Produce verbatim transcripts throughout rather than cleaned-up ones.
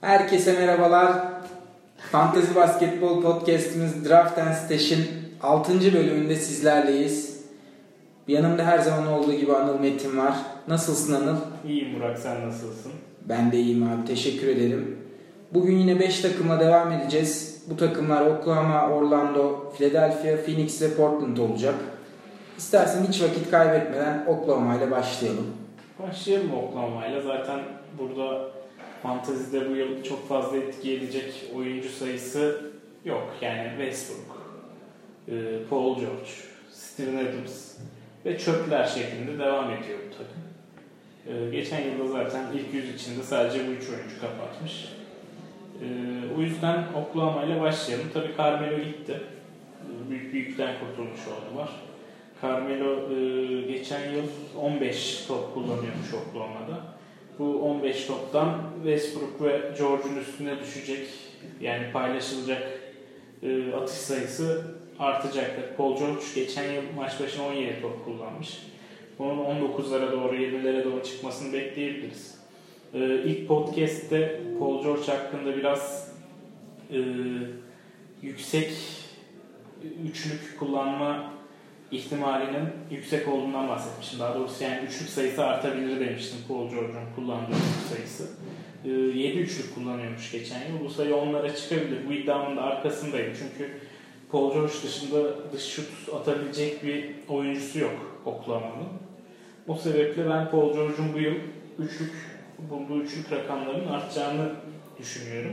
Herkese merhabalar. Fantasy Basketbol Podcast'imiz Draft and Stash'in altıncı bölümünde sizlerleyiz. Yanımda her zaman olduğu gibi Anıl Metin var. Nasılsın Anıl? İyiyim Burak, sen nasılsın? Ben de iyiyim abi, teşekkür ederim. Bugün yine beş takımla devam edeceğiz. Bu takımlar Oklahoma, Orlando, Philadelphia, Phoenix ve Portland olacak. İstersen hiç vakit kaybetmeden Oklahoma ile başlayalım. Başlayalım Oklahoma ile. Zaten burada fantezide bu yıl çok fazla etki edecek oyuncu sayısı yok. Yani Westbrook, Paul George, Steven Adams ve çöpler şeklinde devam ediyor bu takım. Geçen yılda zaten ilk yüz içinde sadece bu üç oyuncu kapatmış. O yüzden Oklahoma ile başlayalım. Tabii Carmelo gitti. Büyük bir yükten kurtulmuş oldular. Carmelo geçen yıl on beş top kullanıyormuş Oklahoma'da. Bu on beş toptan Westbrook ve George'un üstüne düşecek. Yani paylaşılacak atış sayısı artacaktır. Paul George geçen yıl maç başına on yedi top kullanmış. Bunun on dokuzlara doğru, yirmilere doğru çıkmasını bekleyebiliriz. İlk podcast'te Paul George hakkında biraz e, yüksek üçlük kullanma ihtimalinin yüksek olduğundan bahsetmiştim. Daha doğrusu yani üçlük sayısı artabilir demiştim Paul George'un kullandığı üçlük sayısı. E, yedi üçlük kullanıyormuş geçen yıl. Bu sayı onlara çıkabilir. Bu iddiamın da arkasındayım. Çünkü Paul George dışında dış şut atabilecek bir oyuncusu yok Oklahoma'nın. O sebeple ben Paul George'un bu yıl üçlük bulduğu üçlük rakamlarının artacağını düşünüyorum.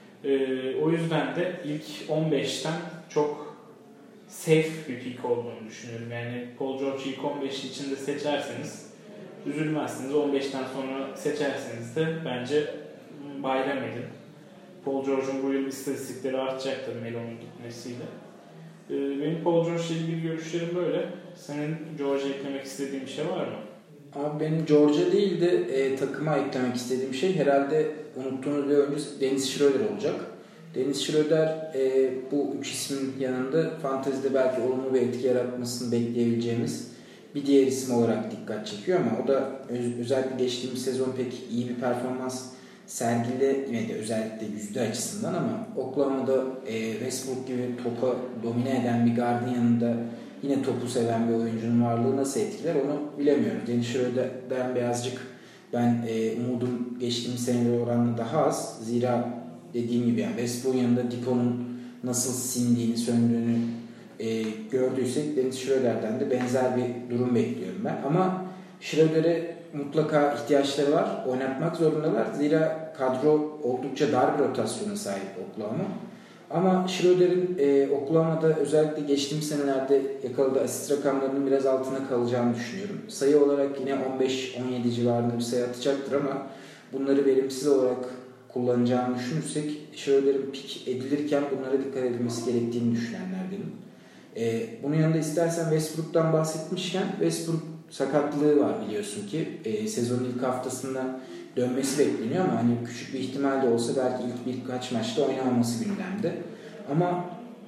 Ee, o yüzden de ilk on beşten çok safe bir pick olduğunu düşünüyorum. Yani Paul George'u ilk on beş içinde seçerseniz üzülmezsiniz. on beşten sonra seçerseniz de bence bayram edin. Paul George'un bu yıl istatistikleri artacaktır Melo'nun gitmesiyle. Ee, benim Paul George ile ilgili görüşlerim böyle. Senin George'a eklemek istediğin bir şey var mı? Abi benim George'a değil de e, takıma eklemek istediğim şey herhalde unuttuğunuz bir oyuncu Dennis Schroeder olacak. Dennis Schroeder e, bu üç ismin yanında fantezide belki olumlu bir etki yaratmasını bekleyebileceğimiz bir diğer isim olarak dikkat çekiyor ama o da öz, özellikle geçtiğimiz sezon pek iyi bir performans sergilemedi özellikle yüzde açısından ama Oklahoma'da e, Westbrook gibi topa domine eden bir guardın yanında yine topu seven bir oyuncunun varlığı nasıl etkiler onu bilemiyorum. Dennis Schroeder'den birazcık ben e, umudum geçtiğimiz senelere oranla daha az. Zira dediğim gibi yani Westbrook'un yanında Dipo'nun nasıl sindiğini, söndüğünü e, gördüysek Dennis Schroeder'den de benzer bir durum bekliyorum ben. Ama Schroeder'e mutlaka ihtiyaçları var. Oynatmak zorundalar. Zira kadro oldukça dar bir rotasyona sahip Oklahoma. Ama Schroeder'in e, Oklahoma'da özellikle geçtiğimiz senelerde yakaladığı asist rakamlarının biraz altına kalacağını düşünüyorum. Sayı olarak yine on beş on yedi civarında bir sayı atacaktır ama bunları verimsiz olarak kullanacağını düşünürsek Schroeder'in pick edilirken bunlara dikkat edilmesi gerektiğini düşünenlerdenim. E, bunun yanında istersen Westbrook'tan bahsetmişken Westbrook sakatlığı var biliyorsun ki e, sezonun ilk haftasında dönmesi bekleniyor ama hani küçük bir ihtimal de olsa belki ilk birkaç maçta oynamaması gündemde. Ama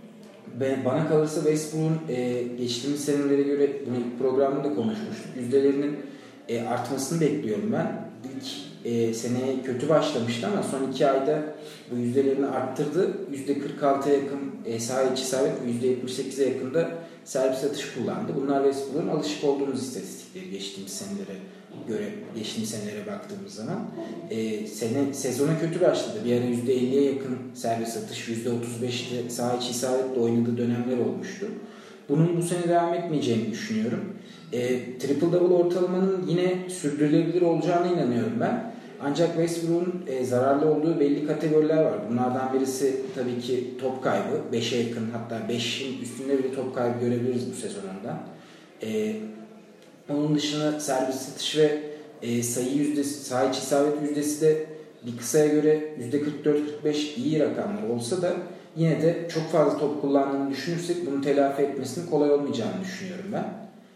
ben, bana kalırsa Westbrook'un e, geçtiğimiz senelere göre bunu ilk programda da konuşmuştuk. Yüzdelerinin e, artmasını bekliyorum ben. İlk e, seneye kötü başlamıştı ama son iki ayda bu yüzdelerini arttırdı. yüzde kırk altıya yakın e, saha içi isabet ve yüzde yetmiş sekize yakında servis atış kullandı. Bunlar Westbrook'un alışık olduğumuz istatistikleri geçtiğimiz senelere göre geçtiğimiz senelere baktığımız zaman e, sene sezona kötü başladı. Bir ara yüzde elliye yakın servis atış, yüzde otuz beşte saha içi isabetle oynadığı dönemler olmuştu. Bunun bu sene devam etmeyeceğini düşünüyorum. E, triple double ortalamanın yine sürdürülebilir olacağına inanıyorum ben. Ancak Westbrook'un e, zararlı olduğu belli kategoriler var. Bunlardan birisi tabii ki top kaybı. beşe yakın hatta beşin üstünde bile top kaybı görebiliriz bu sezonunda. E, onun dışında servis atış ve e, sayı yüzdesi, saha içi isabet yüzdesi de bir kısaya göre yüzde kırk dört kırk beş iyi rakamlar olsa da yine de çok fazla top kullandığını düşünürsek bunu telafi etmesinin kolay olmayacağını düşünüyorum ben.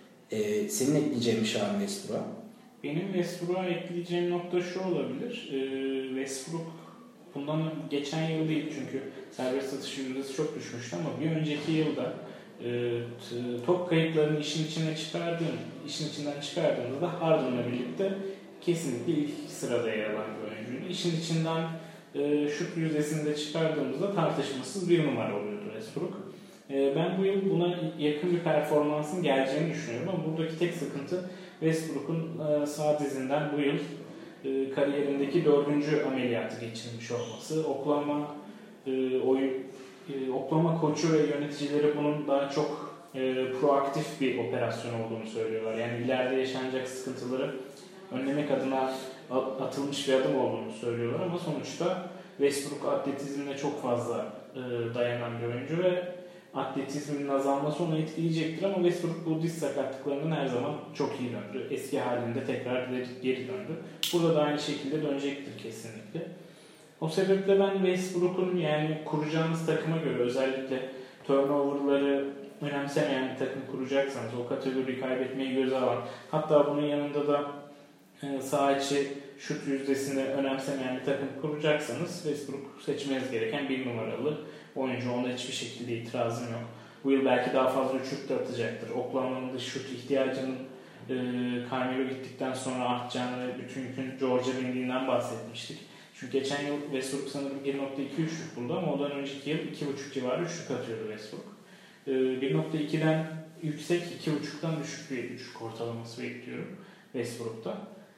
E, senin ekleyeceğin bir şey var mı Westbrook'a? Benim Westbrook'a ekleyeceğim nokta şu olabilir. Ee, Westbrook bundan geçen yıl değil çünkü serbest atış yüzdesi çok düşmüştü ama bir önceki yılda e, top kayıplarını işin içine çıkardığım, işin içinden çıkardığında da Harden'la birlikte kesinlikle ilk sırada yer alan bir oyuncuydu. İşin içinden e, şut yüzdesini de çıkardığımızda tartışmasız bir numara oluyordu Westbrook. E, ben bu yıl buna yakın bir performansın geleceğini düşünüyorum ama buradaki tek sıkıntı Westbrook'un e, sağ dizinden bu yıl e, kariyerindeki dördüncü ameliyatı geçirmiş olması. Oklahoma e, oyun e, Oklahoma koçu ve yöneticileri bunun daha çok e, proaktif bir operasyon olduğunu söylüyorlar. Yani ileride yaşanacak sıkıntıları önlemek adına atılmış bir adım olduğunu söylüyorlar ama sonuçta Westbrook atletizmine çok fazla e, dayanan bir oyuncu ve atletizmin azalması onu etkileyecektir ama Westbrook bu diz sakatlıklarından her zaman çok iyi döndü. Eski halinde tekrar geri döndü. Burada da aynı şekilde dönecektir kesinlikle. O sebeple ben Westbrook'un yani kuracağınız takıma göre özellikle turnover'ları önemsemeyen bir takım kuracaksanız o kategoriyi kaybetmeyi göze alan, hatta bunun yanında da e, sağ içi şut yüzdesini önemsemeyen bir takım kuracaksanız Westbrook seçmeniz gereken bir numaralı oyuncu. Onda hiçbir şekilde itirazım yok. Bu yıl belki daha fazla şut da atacaktır. Oklahoma'nın dış şut ihtiyacının e, Carmelo gittikten sonra artacağını ve bütün yükün George'a bindiğinden bahsetmiştik. Çünkü geçen yıl Westbrook sanırım bir nokta iki üçlük buldu ama ondan önceki yıl iki buçuk civarı üçlük atıyordu Westbrook. E, bir nokta ikiden yüksek, iki buçuktan düşük bir üçlük ortalaması bekliyorum Westbrook'ta.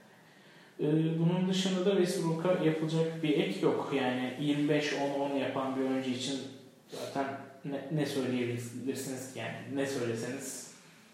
Bunun dışında da Westbrook'a yapılacak bir ek yok. Yani yirmi beş on on yapan bir oyuncu için zaten ne, ne söyleyebilirsiniz ki yani ne söyleseniz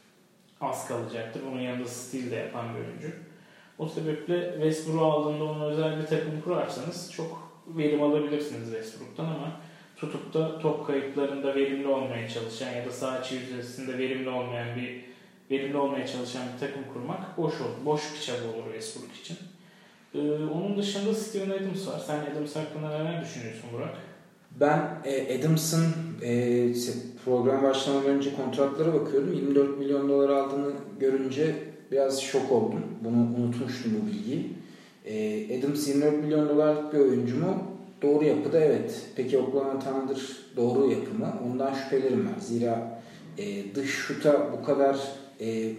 az kalacaktır. Bunun yanında steal de yapan bir oyuncu. O sebeple Westbrook'u aldığında ona özel bir takım kurarsanız çok verim alabilirsiniz Westbrook'tan ama tutup da top kayıplarında verimli olmaya çalışan ya da saha içi yüzdesinde verimli olmayan bir verimli olmaya çalışan bir takım kurmak boş olur. Boş bir çaba olur Westbrook için. Ee, onun dışında Steven Adams var. Sen Adams hakkında neler düşünüyorsun Burak? Ben e, Adams'ın e, program başlamadan önce kontratlara bakıyordum. yirmi dört milyon dolar aldığını görünce biraz şok oldum. Bunu unutmuştum bu bilgiyi. E, Adams yirmi dört milyon dolarlık bir oyuncu mu? Doğru yapıda evet. Peki Oklahoma Thunder doğru yapı mı? Ondan şüphelerim var. Zira e, dış şuta bu kadar e,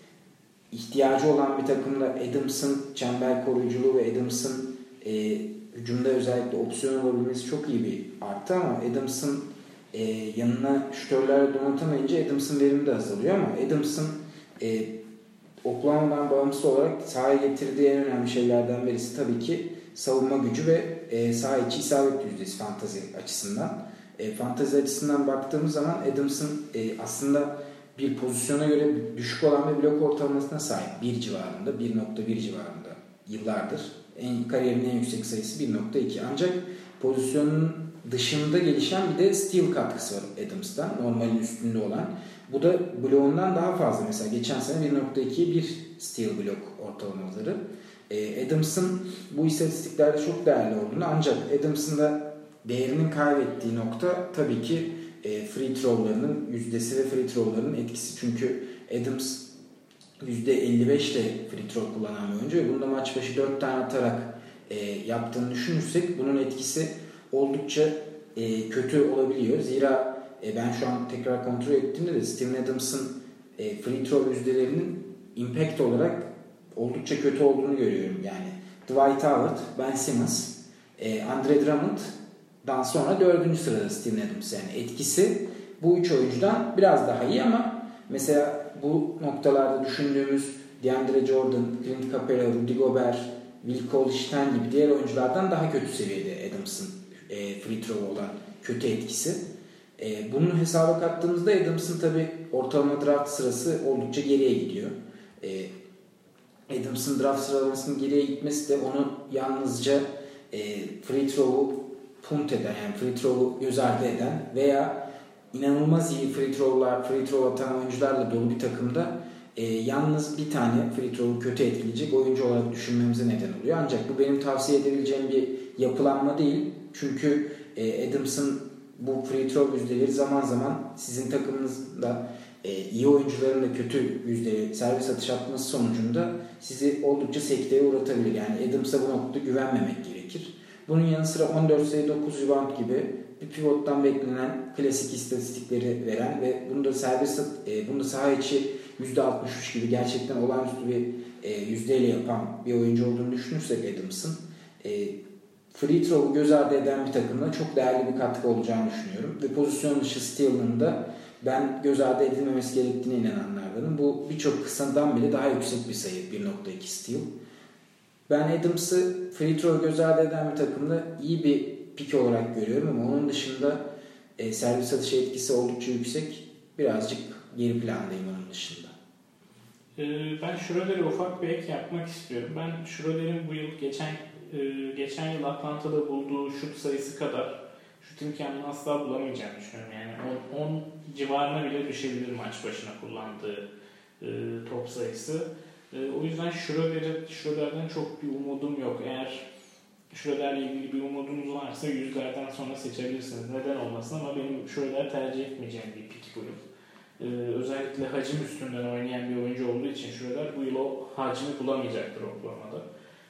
ihtiyacı olan bir takımda Adams'ın çember koruyuculuğu ve Adams'ın e, hücumda özellikle opsiyon olabilmesi çok iyi bir artı ama Adams'ın e, yanına şütörlerle donatamayınca Adams'ın verimi de azalıyor ama Adams'ın e, Oklahoma'dan bağımsız olarak sahaya getirdiği en önemli şeylerden birisi tabii ki savunma gücü ve e, saha içi isabet yüzdesi fantazi açısından. E, fantazi açısından baktığımız zaman Adams'ın e, aslında bir pozisyona göre düşük olan bir blok ortalamasına sahip. bir civarında, bir nokta bir civarında yıllardır. En, kariyerinin en yüksek sayısı bir nokta iki. Ancak pozisyonun dışında gelişen bir de steal katkısı var Adams'tan. Normalin üstünde olan. Bu da bloğundan daha fazla. Mesela geçen sene bir nokta iki bir steal blok ortalamaları. E, Adams'ın bu istatistiklerde çok değerli olduğunu ancak Adams'ın da değerinin kaybettiği nokta tabii ki e, free throw'larının yüzdesi ve free throw'larının etkisi. Çünkü Adams yüzde elli beş ile free throw kullanan bir oyuncu ve bunda maç başı dört tane atarak e, yaptığını düşünürsek bunun etkisi oldukça e, kötü olabiliyor. Zira e, ben şu an tekrar kontrol ettiğimde de Steven Adams'ın e, free throw yüzdelerinin impact olarak oldukça kötü olduğunu görüyorum. Yani Dwight Howard, Ben Simmons, e, Andre Drummond'dan sonra dördüncü sırada Steven Adams. Yani etkisi bu üç oyuncudan biraz daha iyi ama mesela bu noktalarda düşündüğümüz DeAndre Jordan, Clint Capela, Rudy Gobert, Will Cauley-Stein gibi diğer oyunculardan daha kötü seviyede Adams'ın e, free throw olan kötü etkisi. E, bunun hesaba kattığımızda Adams'ın tabi ortalama draft sırası oldukça geriye gidiyor. E, Adams'ın draft sıralamasının geriye gitmesi de onu yalnızca e, free throw'u punt eden, yani free throw'u göz ardı eden veya inanılmaz iyi free throw'lar, free throw atan oyuncularla dolu bir takımda e, yalnız bir tane free throw'u kötü etkileyecek oyuncu olarak düşünmemize neden oluyor. Ancak bu benim tavsiye edebileceğim bir yapılanma değil. Çünkü e, Adams'ın bu free throw yüzdeleri zaman zaman sizin takımınızda e, iyi oyuncuların da kötü yüzdeleri servis atış atması sonucunda sizi oldukça sekteye uğratabilir. Yani Adams'a bu noktada güvenmemek gerekir. Bunun yanı sıra on dört sayı dokuz rebound gibi bir pivottan beklenen klasik istatistikleri veren ve bunu da serbest e, bunu da saha içi yüzde altmış üç gibi gerçekten olağanüstü bir e, yüzdeyle yapan bir oyuncu olduğunu düşünürsek Adams'ın e, free throw'u göz ardı eden bir takımda çok değerli bir katkı olacağını düşünüyorum. Ve pozisyon dışı steal'ın da ben göz ardı edilmemesi gerektiğine inananlardanım. Bu birçok kısadan bile daha yüksek bir sayı, bir nokta iki steal. Ben Adams'ı free throw göz ardı eden bir takımda iyi bir pick olarak görüyorum ama onun dışında e, servis atışı etkisi oldukça yüksek. Birazcık geri plandayım onun dışında. Ben Schroeder'e ufak bir ek yapmak istiyorum. Ben Schroeder'in bu yıl geçen geçen yıl Atlanta'da bulduğu şut sayısı kadar şut imkanını asla bulamayacağını düşünüyorum. Yani on civarına bile düşebilir maç başına kullandığı top sayısı. O yüzden Schroeder'e, Schroeder'den çok bir umudum yok. Eğer Schroeder'le ilgili bir umudunuz varsa yüzlerden sonra seçebilirsiniz. Neden olmasın ama benim Schroeder tercih etmeyeceğim bir pick bu yıl. Ee, özellikle hacim üstünden oynayan bir oyuncu olduğu için Schroeder bu yıl o hacmi bulamayacaktır Oklahoma'da.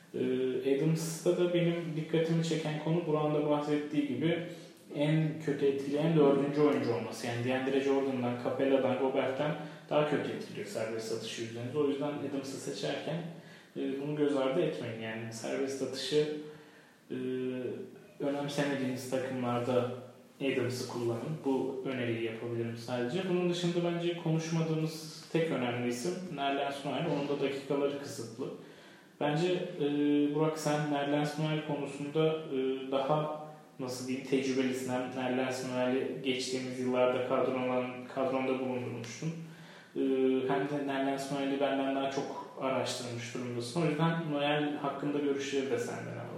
Ee, Adams'ta da benim dikkatimi çeken konu Burak'ın da bahsettiği gibi en kötü etkileyen dördüncü oyuncu olması. Yani DeAndre Jordan'dan, Capella'dan, Gobert'ten daha kötü etkiliyor serbest atışı yüzdenizi. O yüzden Adams'ı seçerken e, bunu göz ardı etmeyin. Yani serbest atışı e, önemsemediğiniz takımlarda Adams'ı kullanın. Bu öneriyi yapabilirim sadece. Bunun dışında bence konuşmadığımız tek önemli isim Nerlens Noel. Onun da dakikaları kısıtlı. Bence e, Burak sen Nerlens Noel konusunda e, daha nasıl diyeyim tecrübelisin. Hem Nerlens Noel'i geçtiğimiz yıllarda kadrolan, kadronda bulundurmuştun. E, hem de Nerlens Noel'i benden daha çok araştırmış durumdasın. O yüzden Noel hakkında görüşleri de senden alalım.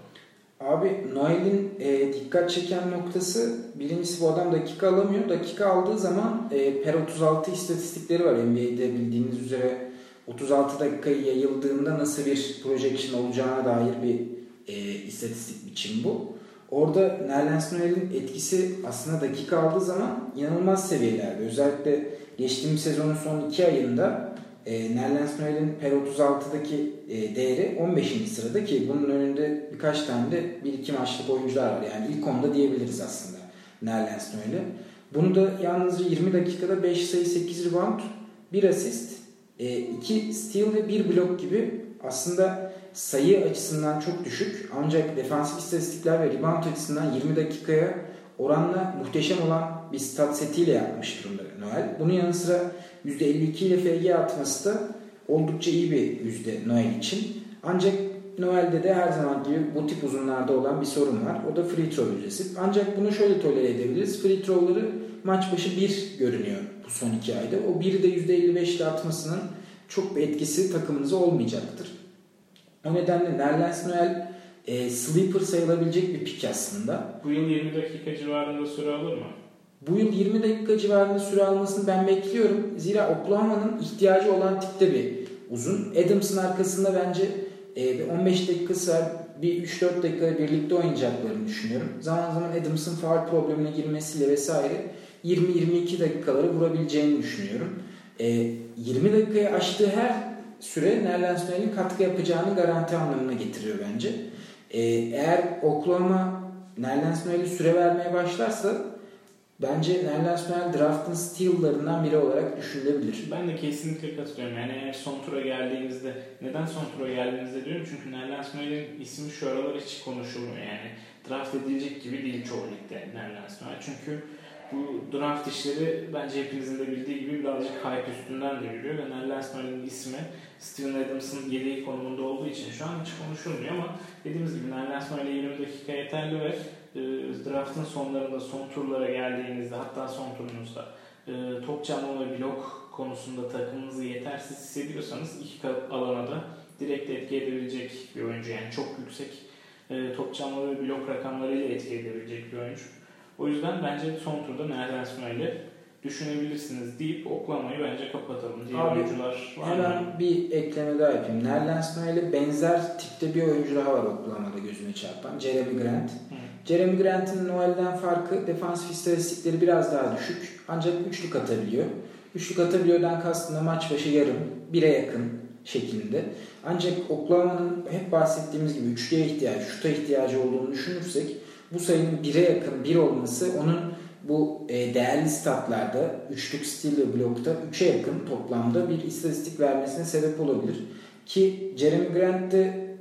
Abi Noel'in e, dikkat çeken noktası birincisi bu adam dakika alamıyor. Dakika aldığı zaman e, per otuz altı istatistikleri var. N B A'de bildiğiniz üzere otuz altı dakikayı yayıldığında nasıl bir projection olacağına dair bir e, istatistik biçim bu. Orada Nerlens Noel'in etkisi aslında dakika aldığı zaman inanılmaz seviyelerde. Özellikle geçtiğimiz sezonun son iki ayında E, Nerlens Noel'in per otuz altıdaki e, değeri on beşinci sırada ki bunun önünde birkaç tane de bir iki maçlık oyuncular var. Yani ilk onda diyebiliriz aslında Nerlens Noel'e. Bunu da yalnızca yirmi dakikada beş sayı sekiz rebound, bir asist, e, iki steal ve bir blok gibi aslında sayı açısından çok düşük ancak defansif istatistikler ve rebound açısından yirmi dakikaya oranla muhteşem olan bir stat setiyle yapmış durumda Noel. Bunun yanı sıra yüzde elli iki ile F G atması da oldukça iyi bir yüzde Noel için. Ancak Noel'de de her zaman gibi bu tip uzunlarda olan bir sorun var. O da free throw yüzdesi. Ancak bunu şöyle tolere edebiliriz. Free throw'ları maç başı bir görünüyor bu son iki ayda. O biri de yüzde elli beş ile atmasının çok bir etkisi takımınıza olmayacaktır. O nedenle Nerlens Noel e, sleeper sayılabilecek bir pick aslında. Bu yıl yirmi dakika civarında süre alır mı? Bu yıl yirmi dakika civarında süre almasını ben bekliyorum. Zira Oklahoma'nın ihtiyacı olan tipte bir uzun. Adams'ın arkasında bence e, on beş dakikası var. Bir üç dört dakika birlikte oynayacaklarını düşünüyorum. Zaman zaman Adams'ın faul problemine girmesiyle vesaire yirmi yirmi iki dakikaları vurabileceğini düşünüyorum. E, yirmi dakikayı aştığı her süre Nerlens Noel'in katkı yapacağını garanti anlamına getiriyor bence. E, eğer Oklahoma Nerlens Noel'e süre vermeye başlarsa bence Nerlens Noel draft'ın steal'larından biri olarak düşünülebilir. Ben de kesinlikle katılıyorum. Yani eğer son tura geldiğimizde, neden son tura geldiğimizde diyorum? Çünkü Nerlens Noel'in ismi şu aralar hiç konuşulmuyor. Yani draft edilecek gibi değil çoğu ligde Nerlens Noel. Çünkü bu draft işleri bence hepinizin de bildiği gibi birazcık hype üstünden de yürüyor. Ve Nerlens Noel'in ismi Steven Adams'ın yedeği konumunda olduğu için şu an hiç konuşulmuyor ama dediğimiz gibi Nerlens Noel'e yirmi dakika yeterli ve e, draft'ın sonlarında, son turlara geldiğinizde, hatta son turnunuzda e, top çalma ve blok konusunda takımınızı yetersiz hissediyorsanız iki alana da direkt etki edebilecek bir oyuncu. Yani çok yüksek e, top çalma ve blok rakamlarıyla etki edebilecek bir oyuncu. O yüzden bence son turda Nerlens Noel'i düşünebilirsiniz deyip Oklahoma'yı bence kapatalım. Diğer Abi, oyuncular var hemen mı? bir ekleme daha yapayım. Nerlens Noel'e benzer tipte bir oyuncu daha var Oklahoma'da gözüme çarpan. Jeremy Grant. Hı. Jeremy Grant'ın Noel'den farkı defansif istatistikleri biraz daha düşük. Ancak üçlük atabiliyor. Üçlük atabiliyordan kastında maç başı yarım, bire yakın şeklinde. Ancak Oklahoma'nın hep bahsettiğimiz gibi üçlüye ihtiyacı, şuta ihtiyacı olduğunu düşünürsek bu sayının bire yakın bir olması onun bu e, değerli statlarda üçlük, stil ve blokta üçe yakın toplamda bir istatistik vermesine sebep olabilir. Ki Jeremy Grant de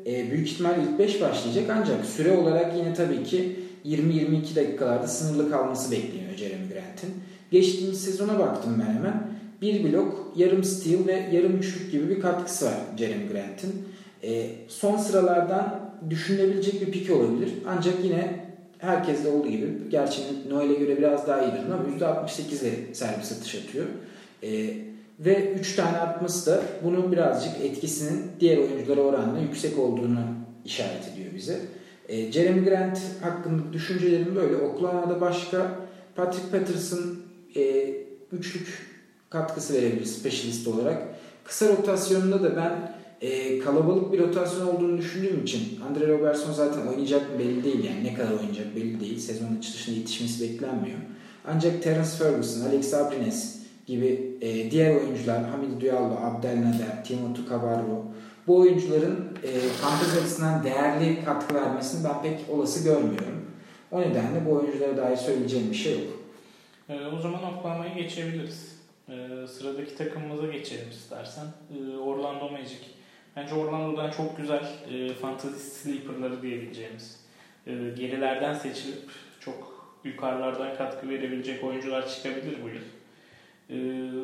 e, büyük ihtimal ilk beş başlayacak ancak süre olarak yine tabii ki yirmi yirmi iki dakikalarda sınırlı kalması bekleniyor Jeremy Grant'in. Geçtiğimiz sezona baktım ben hemen. Bir blok, yarım steal ve yarım üçlük gibi bir katkısı var Jeremy Grant'in. E, son sıralardan düşünülebilecek bir pik olabilir. Ancak yine herkeste olduğu gibi, gerçi Noel'e göre biraz daha iyidir ama yüzde altmış sekizle servis atış atıyor. E, ve üç tane atması da bunun birazcık etkisinin diğer oyunculara oranla yüksek olduğunu işaret ediyor bize. E, Jeremy Grant hakkında düşüncelerim böyle. Oklahoma'da başka Patrick Patterson e, üçlük katkısı verebilir specialist olarak. Kısa rotasyonunda da ben e, kalabalık bir rotasyon olduğunu düşündüğüm için Andre Robertson zaten oynayacak mı belli değil, yani ne kadar oynayacak belli değil. Sezonun çıkışında yetişmesi beklenmiyor. Ancak Terence Ferguson, Alex Abrines gibi e, diğer oyuncular, Hamidou Diallo, Abdelnader, Timothy Cabarro, bu oyuncuların e, fantezi açısından değerli katkı vermesini ben pek olası görmüyorum. O nedenle bu oyunculara dair söyleyeceğim bir şey yok. E, o zaman Oklahoma'ya geçebiliriz. E, sıradaki takımımıza geçelim istersen. E, Orlando Magic. Bence Orlando'dan çok güzel e, fantasy sleeper'ları diyebileceğimiz, e, gerilerden seçilip çok yukarılardan katkı verebilecek oyuncular çıkabilir bu yıl. Ee,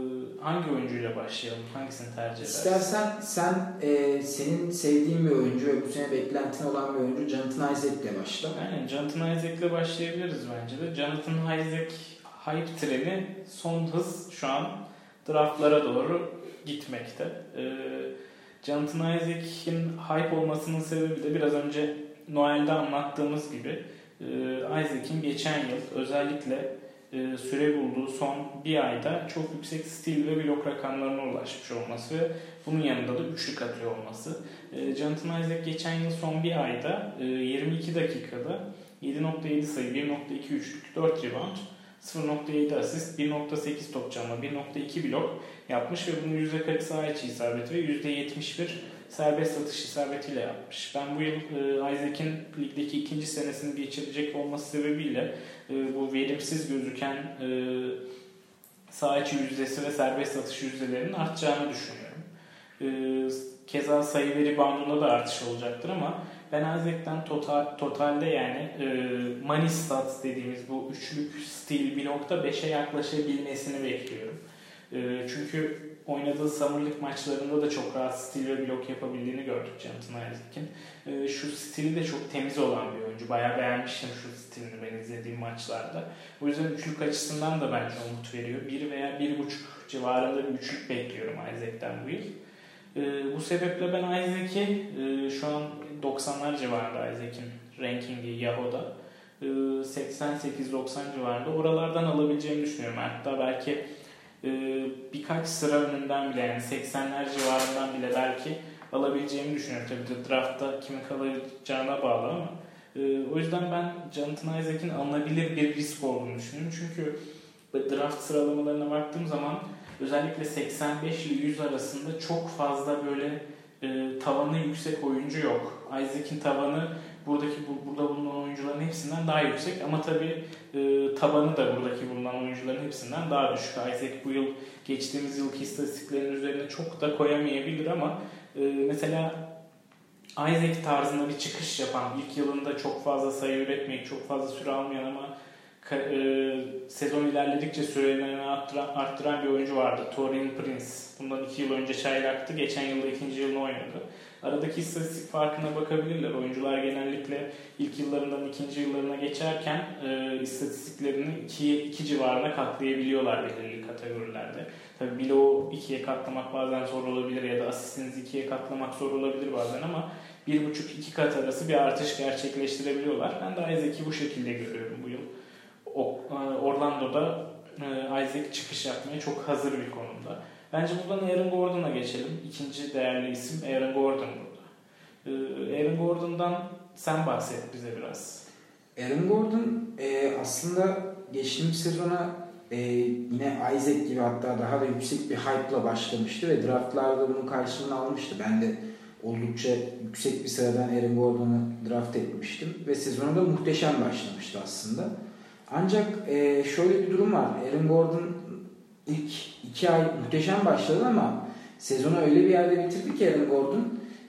hangi oyuncuyla başlayalım? Hangisini tercih edersin? İstersen sen e, senin sevdiğin bir oyuncu ve bu sene beklentin olan bir oyuncu Jonathan Isaac'le başla. Aynen, Jonathan Isaac'le başlayabiliriz bence de. Jonathan Isaac hype treni son hız şu an draftlara doğru gitmekte. Ee, Jonathan Isaac'in hype olmasının sebebi de biraz önce Noel'de anlattığımız gibi e, Isaac'in geçen yıl özellikle e, süre bulduğu son bir ayda çok yüksek steal ve blok rakamlarına ulaşmış olması ve bunun yanında da üçlük atıyor olması. E, Jonathan Isaac geçen yıl son bir ayda e, yirmi iki dakikada yedi nokta yedi sayı, bir nokta iki üçlük, dört rebound, sıfır nokta yedi asist, bir nokta sekiz top çalma, bir nokta iki blok yapmış ve bunu yüzde kırk saha içi isabeti ve yüzde yetmiş bir serbest atış isabetiyle yapmış. Ben bu yıl e, Isaac'in ligdeki ikinci senesini geçirecek olması sebebiyle e, bu verimsiz gözüken e, saha içi yüzdesi ve serbest atış yüzdelerinin artacağını düşünüyorum. E, keza sayı ve reboundunda da artış olacaktır ama ben Isaac'ten total, totalde yani e, money stats dediğimiz bu üçlük steal blokta beşe yaklaşabilmesini bekliyorum. E, çünkü oynadığı Summer League maçlarında da çok rahat stil ve blok yapabildiğini gördük Jonathan Isaac'in. Ee, şu stili de çok temiz olan bir oyuncu. Bayağı beğenmiştim şu stilini ben izlediğim maçlarda. O yüzden üçlük açısından da bence umut veriyor. Bir veya bir buçuk civarında bir üçlük bekliyorum Isaac'ten bu yıl. Ee, bu sebeple ben Isaac'i e, şu an doksanlar civarında Isaac'in rankingi Yahoo'da. E, seksen sekiz doksan civarında oralardan alabileceğimi düşünüyorum. Hatta belki Ee, birkaç sıra önünden bile, yani seksenler civarından bile belki alabileceğimi düşünüyorum. Tabii de draftta kimin kalacağına bağlı ama e, o yüzden ben Jonathan Isaac'in alınabilir bir risk olduğunu düşünüyorum. Çünkü draft sıralamalarına baktığım zaman özellikle seksen beş ile yüz arasında çok fazla böyle e, tavanı yüksek oyuncu yok. Isaac'in tavanı buradaki bu, burada bulunan oyuncuların hepsinden daha yüksek ama tabii e, tabanı da buradaki bulunan oyuncuların hepsinden daha düşük. Isaac bu yıl geçtiğimiz yılki istatistiklerin üzerine çok da koyamayabilir ama e, mesela Isaac tarzında bir çıkış yapan, ilk yılında çok fazla sayı üretmeyip çok fazla süre almayan ama e, sezon ilerledikçe sürelerini arttıran, arttıran bir oyuncu vardı. Taurean Prince. Bundan iki yıl önce çaylaktı. Geçen yılda ikinci yılını oynadı. Aradaki istatistik farkına bakabilirler. Oyuncular genellikle ilk yıllarından ikinci yıllarına geçerken e, istatistiklerini ikiye iki civarına katlayabiliyorlar belirli kategorilerde. Tabii bloğu ikiye katlamak bazen zor olabilir ya da asistinizi ikiye katlamak zor olabilir bazen ama bir buçuk iki kat arası bir artış gerçekleştirebiliyorlar. Ben de Isaac'i bu şekilde görüyorum bu yıl. O, Orlando'da e, Isaac çıkış yapmaya çok hazır bir konumda. Bence buradan Aaron Gordon'a geçelim. İkinci değerli isim Aaron Gordon burada. Ee, Aaron Gordon'dan sen bahset bize biraz. Aaron Gordon e, aslında geçtiğimiz sezona e, yine Isaac gibi hatta daha da yüksek bir hype'la başlamıştı ve draftlarda bunun karşılığını almıştı. Ben de oldukça yüksek bir sıradan Aaron Gordon'u draft etmiştim ve sezona da muhteşem başlamıştı aslında. Ancak e, şöyle bir durum var. Aaron Gordon ilk iki ay muhteşem başladı ama sezonu öyle bir yerde bitirdi ki Aaron Gordon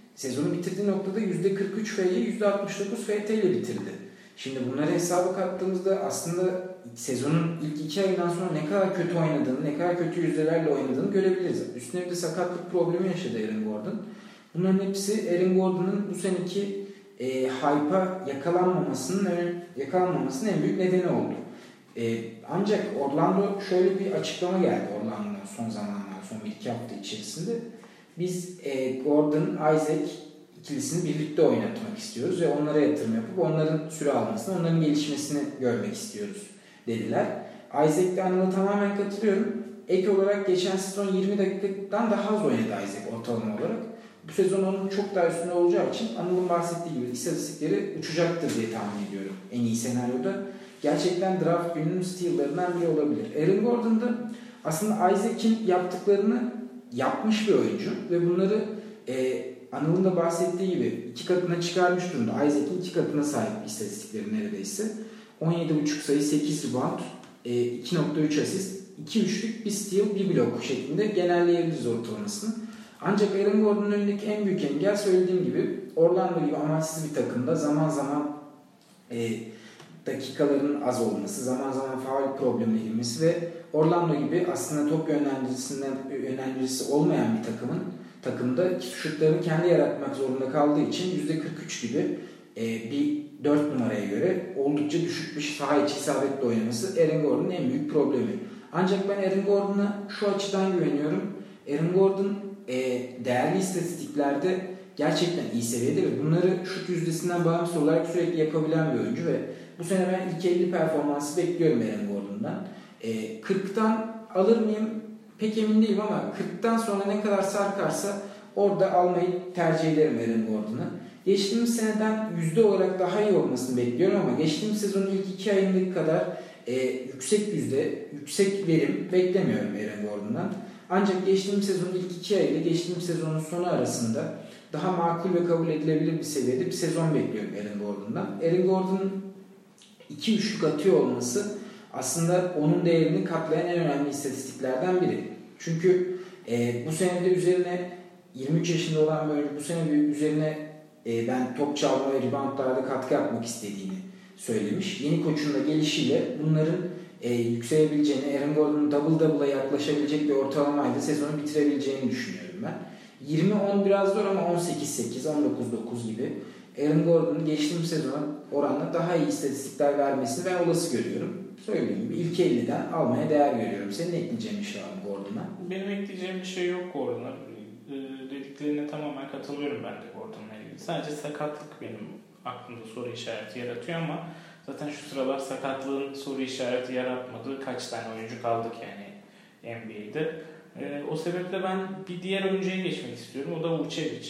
sezonu bitirdiği noktada yüzde kırk üç F'yi yüzde altmış dokuz F T ile bitirdi. Şimdi bunları hesaba kattığımızda aslında sezonun ilk iki ayından sonra ne kadar kötü oynadığını, ne kadar kötü yüzdelerle oynadığını görebiliriz. Üstüne bir de sakatlık problemi yaşadı Aaron Gordon. Bunların hepsi Aaron Gordon'ın bu seneki e, hype'a yakalanmamasının, yakalanmamasının en büyük nedeni oldu. E, ancak Orlando şöyle bir açıklama geldi Orlando'dan son zamanlarda, son bir iki hafta içerisinde. Biz e, Gordon, Isaac ikilisini birlikte oynatmak istiyoruz ve onlara yatırım yapıp onların süre almasını, onların gelişmesini görmek istiyoruz dediler. Isaac'le Anıl'a tamamen katılıyorum. Ek olarak geçen sezon yirmi dakikadan daha az oynadı Isaac ortalama olarak. Bu sezon onun çok daha üstünde olacağı için Anıl'ın bahsettiği gibi istatistikleri uçacaktır diye tahmin ediyorum en iyi senaryoda. Gerçekten draft gününün steal'larından biri olabilir. Aaron Gordon da aslında Isaac'in yaptıklarını yapmış bir oyuncu ve bunları e, Anıl'ın da bahsettiği gibi iki katına çıkarmış durumda. Isaac'in iki katına sahip istatistikleri neredeyse. on yedi buçuk sayı, sekiz rebound, iki nokta üç asist, iki üçlük, bir steal, bir blok şeklinde genelleyebiliriz ortalamasını. Ancak Aaron Gordon'un önündeki en büyük engel söylediğim gibi Orlando gibi amaçsız bir takımda zaman zaman e, dakikaların az olması, zaman zaman faul problemine girmesi ve Orlando gibi aslında top yönlendiricisinden yönlendiricisi olmayan bir takımın takımda şutlarını kendi yaratmak zorunda kaldığı için yüzde kırk üç gibi e, bir dört numaraya göre oldukça düşük bir saha içi isabetle oynaması Aaron Gordon'un en büyük problemi. Ancak ben Aaron Gordon'a şu açıdan güveniyorum. Aaron Gordon e, değerli istatistiklerde gerçekten iyi seviyede ve bunları şut yüzdesinden bağımsız olarak sürekli yapabilen bir oyuncu ve bu sene ben ilk elli performansı bekliyorum Aaron Gordon'dan. E, kırktan alır mıyım? Pek emin değilim ama kırktan sonra ne kadar sarkarsa orada almayı tercih ederim Aaron Gordon'u. Geçtiğimiz seneden yüzde olarak daha iyi olmasını bekliyorum ama geçtiğimiz sezonun ilk iki ayındaki kadar e, yüksek yüzde, yüksek verim beklemiyorum Aaron Gordon'dan. Ancak geçtiğimiz sezonun ilk iki ayı ile geçtiğimiz sezonun sonu arasında daha makul ve kabul edilebilir bir seviyede bir sezon bekliyorum Aaron Gordon'dan. Aaron Gordon'un iki üçlük atıyor olması aslında onun değerini katlayan en önemli istatistiklerden biri. Çünkü e, bu sene de üzerine yirmi üç yaşında olan bir oyuncu bu sene üzerine e, ben top çalma ve reboundlarda katkı yapmak istediğini söylemiş. Yeni koçun da gelişiyle bunların e, yükselebileceğini, Aaron Gordon'un double double'a yaklaşabilecek bir ortalamayla sezonu bitirebileceğini düşünüyorum ben. yirmi on biraz zor ama on sekiz sekiz, on dokuz dokuz gibi Aaron Gordon'un geçtiğimiz sezona oranla daha iyi istatistikler vermesini ben olası görüyorum. Söylediğim gibi ilk elliden almaya değer görüyorum. Senin ekleyeceğin bir şey var mı Gordon'a? Benim ekleyeceğim bir şey yok Gordon'a. Ee, dediklerine tamamen katılıyorum ben de Gordon'la ilgili. Sadece sakatlık benim aklımda soru işareti yaratıyor ama zaten şu sıralar sakatlığın soru işareti yaratmadığı kaç tane oyuncu kaldık yani N B A'de. Ee, o sebeple ben bir diğer oyuncuya geçmek istiyorum. O da Vucevic.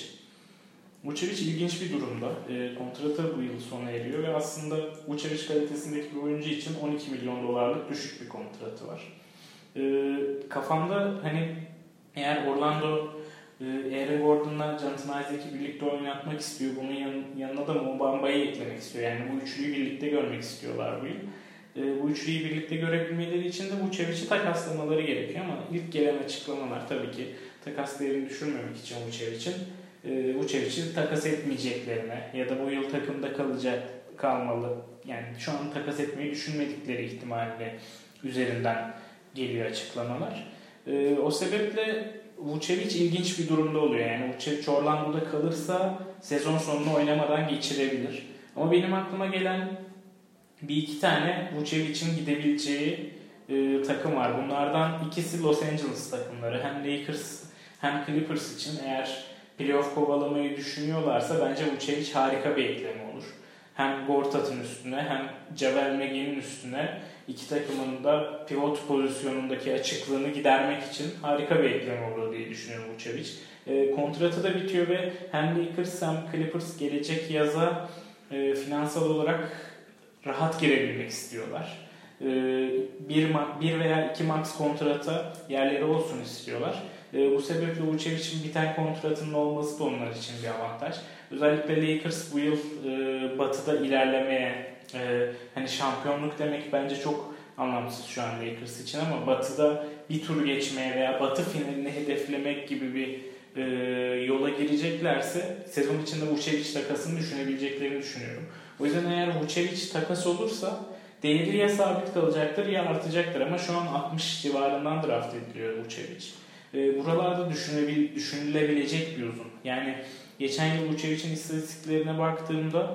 Vucevic ilginç bir durumda. E, kontratı bu yıl sona eriyor ve aslında Vucevic kalitesindeki bir oyuncu için on iki milyon dolarlık düşük bir kontratı var. E, kafamda hani eğer Orlando e, Aaron Gordon'la Jonathan Isaac'i birlikte oynatmak istiyor, bunun yan, yanına da Mo Bamba'yı eklemek istiyor. Yani bu üçlüyü birlikte görmek istiyorlar bu yıl. E, bu üçlüyü birlikte görebilmeleri için de Vucevic'i takaslamaları gerekiyor ama ilk gelen açıklamalar tabii ki takas değerini düşürmemek için Vucevic'in e, Vucevic'i takas etmeyeceklerine ya da bu yıl takımda kalacak kalmalı, yani şu an takas etmeyi düşünmedikleri ihtimalle üzerinden geliyor açıklamalar. E, o sebeple Vucevic ilginç bir durumda oluyor. Yani Vucevic Orlando'da kalırsa sezon sonunu oynamadan geçirebilir. Ama benim aklıma gelen bir iki tane Vucevic'in gidebileceği e, takım var. Bunlardan ikisi Los Angeles takımları. Hem Lakers hem Clippers için eğer playoff kovalamayı düşünüyorlarsa bence Vucevic harika bir ekleme olur. Hem Gortat'ın üstüne hem Javel McGee'nin üstüne iki takımın da pivot pozisyonundaki açıklığını gidermek için harika bir ekleme olur diye düşünüyorum Vucevic. E, kontratı da bitiyor ve hem Lakers hem Clippers gelecek yaza e, finansal olarak rahat girebilmek istiyorlar. E, bir, bir veya iki max kontrata yerleri olsun istiyorlar. E, bu sebeple Vucevic'in biten kontratının olması da onlar için bir avantaj. Özellikle Lakers bu yıl e, batıda ilerlemeye, e, hani şampiyonluk demek bence çok anlamsız şu an Lakers için ama batıda bir tur geçmeye veya batı finalini hedeflemek gibi bir e, yola gireceklerse sezon içinde Vučević takasını düşünebileceklerini düşünüyorum. O yüzden eğer Vučević takas olursa değeri ya sabit kalacaktır ya artacaktır ama şu an altmış civarından draft ediliyor Vučević. E, buralarda düşünebil, düşünülebilecek bir uzun. Yani geçen yıl Vučević'in istatistiklerine baktığımda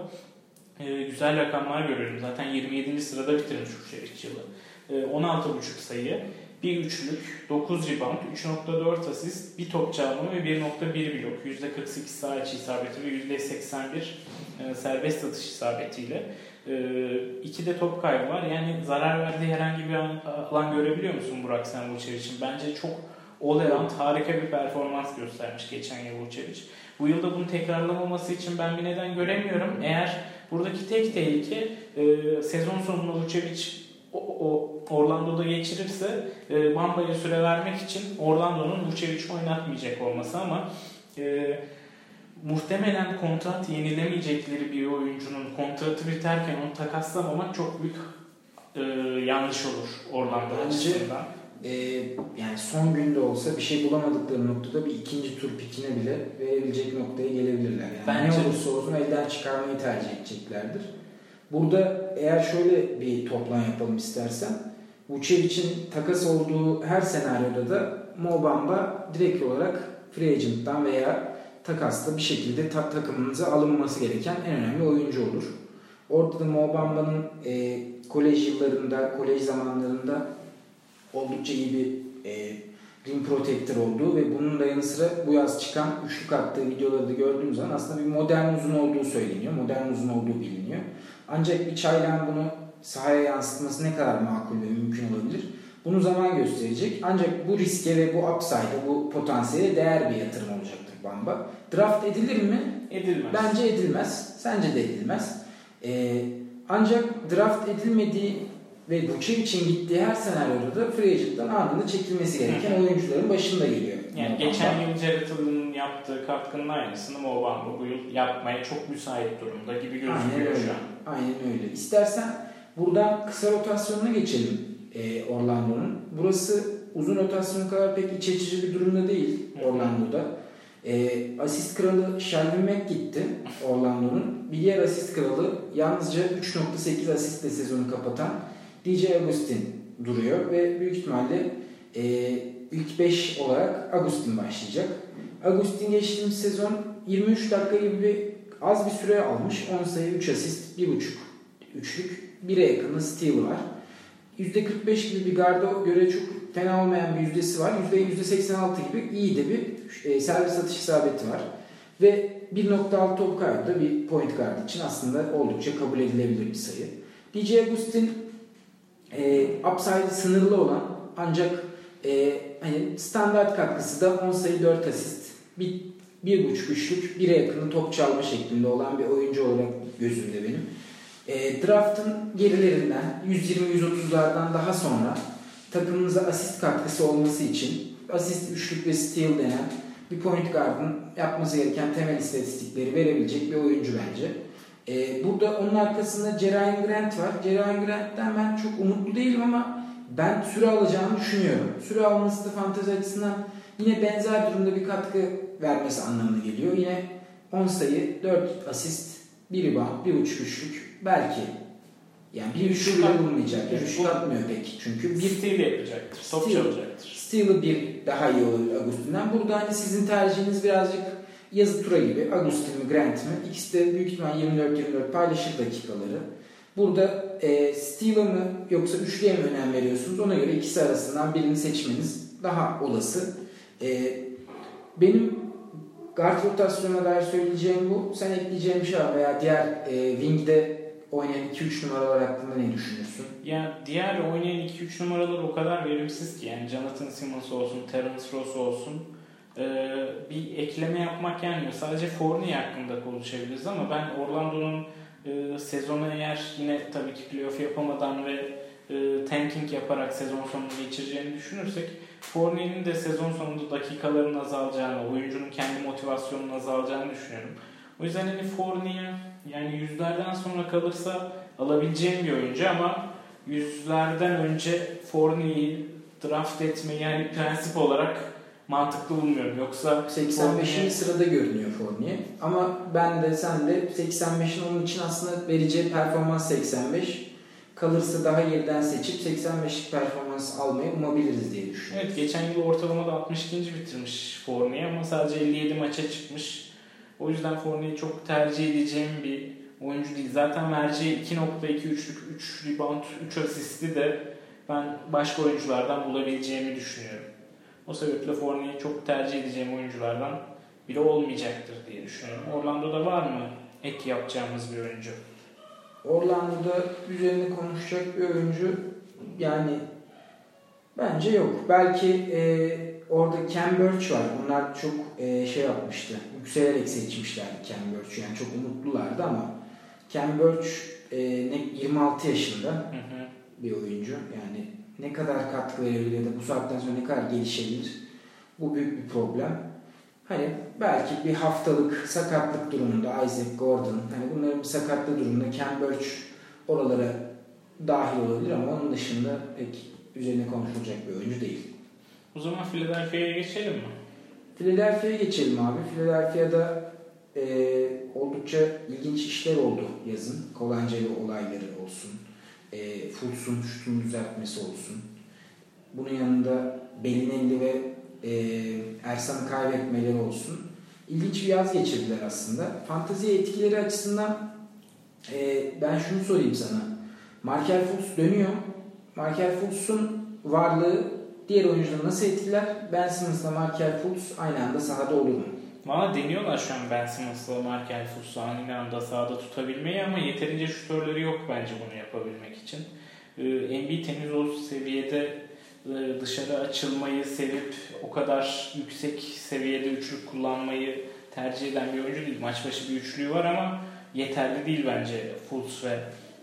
e, güzel rakamlar görüyorum. Zaten yirmi yedinci sırada bitirmiş Vučević yılı. E, on altı buçuk sayı, bir üçlük, dokuz rebound, üç nokta dört asist, bir top çalma ve bir nokta bir blok, yüzde kırk sekiz sağ içi isabeti ve yüzde seksen bir e, serbest atış isabetiyle. E, iki de top kaybı var. Yani zarar verdiği herhangi bir alan görebiliyor musun Burak sen Vučević'in? Bence çok all around harika bir performans göstermiş geçen yıl Vučević. Bu yılda bunu tekrarlamaması için ben bir neden göremiyorum. Eğer buradaki tek tehlike e, sezon sonunda Vučević o, o Orlando'da geçirirse e, Bamba'ya süre vermek için Orlando'nun Vučević'i oynatmayacak olması ama e, muhtemelen kontrat yenilemeyecekleri bir oyuncunun kontratı biterken onu takaslamamak çok büyük e, yanlış olur Orlando açısından. E, yani son günde olsa bir şey bulamadıkları noktada bir ikinci tur pikine bile verebilecek noktaya gelebilirler. Yani Bence ne olursa olsun elden çıkarmayı tercih edeceklerdir. Burada eğer şöyle bir toplam yapalım istersen, Vučević'in takas olduğu her senaryoda da Mo Bamba direkt olarak free agent'tan veya takasla bir şekilde ta- takımınıza alınması gereken en önemli oyuncu olur. Orada da Mo Bamba'nın e, kolej yıllarında, kolej zamanlarında oldukça iyi bir e, rim protector olduğu ve bunun da yanı sıra bu yaz çıkan üçlük attığı videoları da gördüğümüz zaman aslında bir modern uzun olduğu söyleniyor. Modern uzun olduğu biliniyor. Ancak bir çaylan bunu sahaya yansıtması ne kadar makul ve mümkün olabilir? Bunu zaman gösterecek. Ancak bu riske ve bu upside'e, bu potansiyele değer bir yatırım olacaktır Bamba. Draft edilir mi? Edilmez. Bence edilmez. Sence de edilmez. Ee, ancak draft edilmediği ve Vučević'in gittiği her senaryoda da free agent'tan anında çekilmesi gereken oyuncuların başında geliyor. Yani Mo geçen Bamba. Yıl Jared Allen'ın yaptığı katkının aynısını Mo Bamba bu yıl yapmaya çok müsait durumda gibi gözüküyor şu an. Aynen öyle. İstersen buradan kısa rotasyonuna geçelim e, Orlando'nun. Burası uzun rotasyon kadar pek iç açıcı bir durumda değil Orlando'da. E, asist kralı Shelvin Mack gitti Orlando'nun. Bir diğer asist kralı yalnızca üç nokta sekiz asistle sezonu kapatan D J Augustin duruyor ve büyük ihtimalle e, ilk beş olarak Augustin başlayacak. Augustin geçtiğimiz sezon yirmi üç dakika gibi bir az bir süre almış. on sayı, üç asist, bir buçuk üçlük, bire yakını steal var. yüzde kırk beş gibi bir garda göre çok fena olmayan bir yüzdesi var. yüzde seksen altı gibi iyi de bir e, servis atış isabeti var. Ve bir nokta altı top kaybı da bir point guard için aslında oldukça kabul edilebilir bir sayı. D J Augustin e, upside sınırlı olan ancak e, hani standart katkısı da on sayı, dört asist, bir, bir buçuk üçlük, bire yakını top çalma şeklinde olan bir oyuncu olarak gözümde benim. E, draft'ın gerilerinden yüz yirmi yüz otuzlardan daha sonra takımınıza asist katkısı olması için asist, üçlük ve steal denen bir point guard'ın yapması gereken temel istatistikleri verebilecek bir oyuncu bence. E, burada onun arkasında Jerian Grant var. Jerian Grant'ten ben çok umutlu değilim ama ben süre alacağını düşünüyorum. Süre alması da fantezi açısından yine benzer durumda bir katkı vermesi anlamına geliyor. Yine on sayı, dört asist, bir rebound, bir buçuk üçlük belki. Yani bir üçlük bile bulmayacak. Bir üçlük atmıyor pek. Çünkü bir steal yapacaktır. Top çalacaktır. Steal'ı bir daha iyi olur Augustin'den. Burada hani sizin tercihiniz birazcık yazı tura gibi. Augustin mi Grant mi? İkisi de büyük ihtimal yirmi dört yirmi dört paylaşır dakikaları. Burada e, steal'a mı yoksa üçlüye mi önem veriyorsunuz? Ona göre ikisi arasından birini seçmeniz daha olası. E, benim guard rotasyonuna dair söyleyeceğim bu. Sen ekleyeceğin bir şey var veya diğer e, wing'de oynayan iki üç numaralar hakkında ne düşünüyorsun? Ya diğer oynayan iki üç numaralar o kadar verimsiz ki yani Jonathan Simmons olsun, Terence Ross olsun ee, bir ekleme yapmak gelmiyor. Sadece Fournier hakkında konuşabiliriz ama ben Orlando'nun e, sezonu eğer yine tabii ki playoff yapamadan ve e, tanking yaparak sezon sonunu geçireceğini düşünürsek Fournier'in de sezon sonunda dakikaların azalacağını, oyuncunun kendi motivasyonunun azalacağını düşünüyorum. O yüzden hani Fournier yani yüzlerden sonra kalırsa alabileceğim bir oyuncu ama yüzlerden önce Fournier'i draft etmeyi yani prensip olarak mantıklı bulmuyorum. Yoksa seksen beşinci Fournier... sırada görünüyor Fournier. Ama ben de sen de seksen beşin onun için aslında vereceği performans seksen beş. Kalırsa daha geriden seçip seksen beşlik performans almayı umabiliriz diye düşünüyorum. Evet, geçen yıl ortalamada altmış ikinci bitirmiş Fournier ama sadece elli yedi maça çıkmış. O yüzden Fournier'i çok tercih edeceğim bir oyuncu değil. Zaten vereceği iki nokta iki üçlük üç rebound üç asisti de ben başka oyunculardan bulabileceğimi düşünüyorum. O sebeple Fournier'i çok tercih edeceğim oyunculardan biri olmayacaktır diye düşünüyorum. Orlando'da var mı ek yapacağımız bir oyuncu? Orlando'da üzerine konuşacak bir oyuncu yani bence yok. Belki e, orada Cam Birch var. Onlar çok e, şey yapmıştı. Yükselerek seçmişlerdi Cam Birch'ü. Yani çok umutlulardı ama Cam Birch e, yirmi altı yaşında hı hı. bir oyuncu. Yani ne kadar katkı verebilir ya da bu saatten sonra ne kadar gelişebilir? Bu büyük bir problem. Hani belki bir haftalık sakatlık durumunda Isaac Gordon, hani bunların bir sakatlık durumunda Cam Birch oralara dahil olabilir ama onun dışında pek üzerine konuşulacak bir oyuncu değil. O zaman Philadelphia'ya geçelim mi? Philadelphia'ya geçelim abi. Philadelphia'da e, oldukça ilginç işler oldu yazın. Colangelo olayları olsun. E, Fultz'un şutunu düzeltmesi olsun. Bunun yanında Bellinelli ve e, Ersan'ı kaybetmeleri olsun. İlginç bir yaz geçirdiler aslında. Fanteziye etkileri açısından e, ben şunu sorayım sana. Markelle Fultz dönüyor. Markelle Fultz'un varlığı diğer oyuncuları nasıl etkiler? Ben Simmons'la Markelle Fultz aynı anda sahada olur mu? Valla deniyorlar şu an Ben Simmons'la Markelle Fultz'u aynı anda sahada tutabilmeyi ama yeterince şutörleri yok bence bunu yapabilmek için. Ee, N B A henüz o seviyede e, dışarı açılmayı sevip o kadar yüksek seviyede üçlük kullanmayı tercih eden bir oyuncu değil. Maç başı bir üçlüğü var ama yeterli değil bence Fultz ve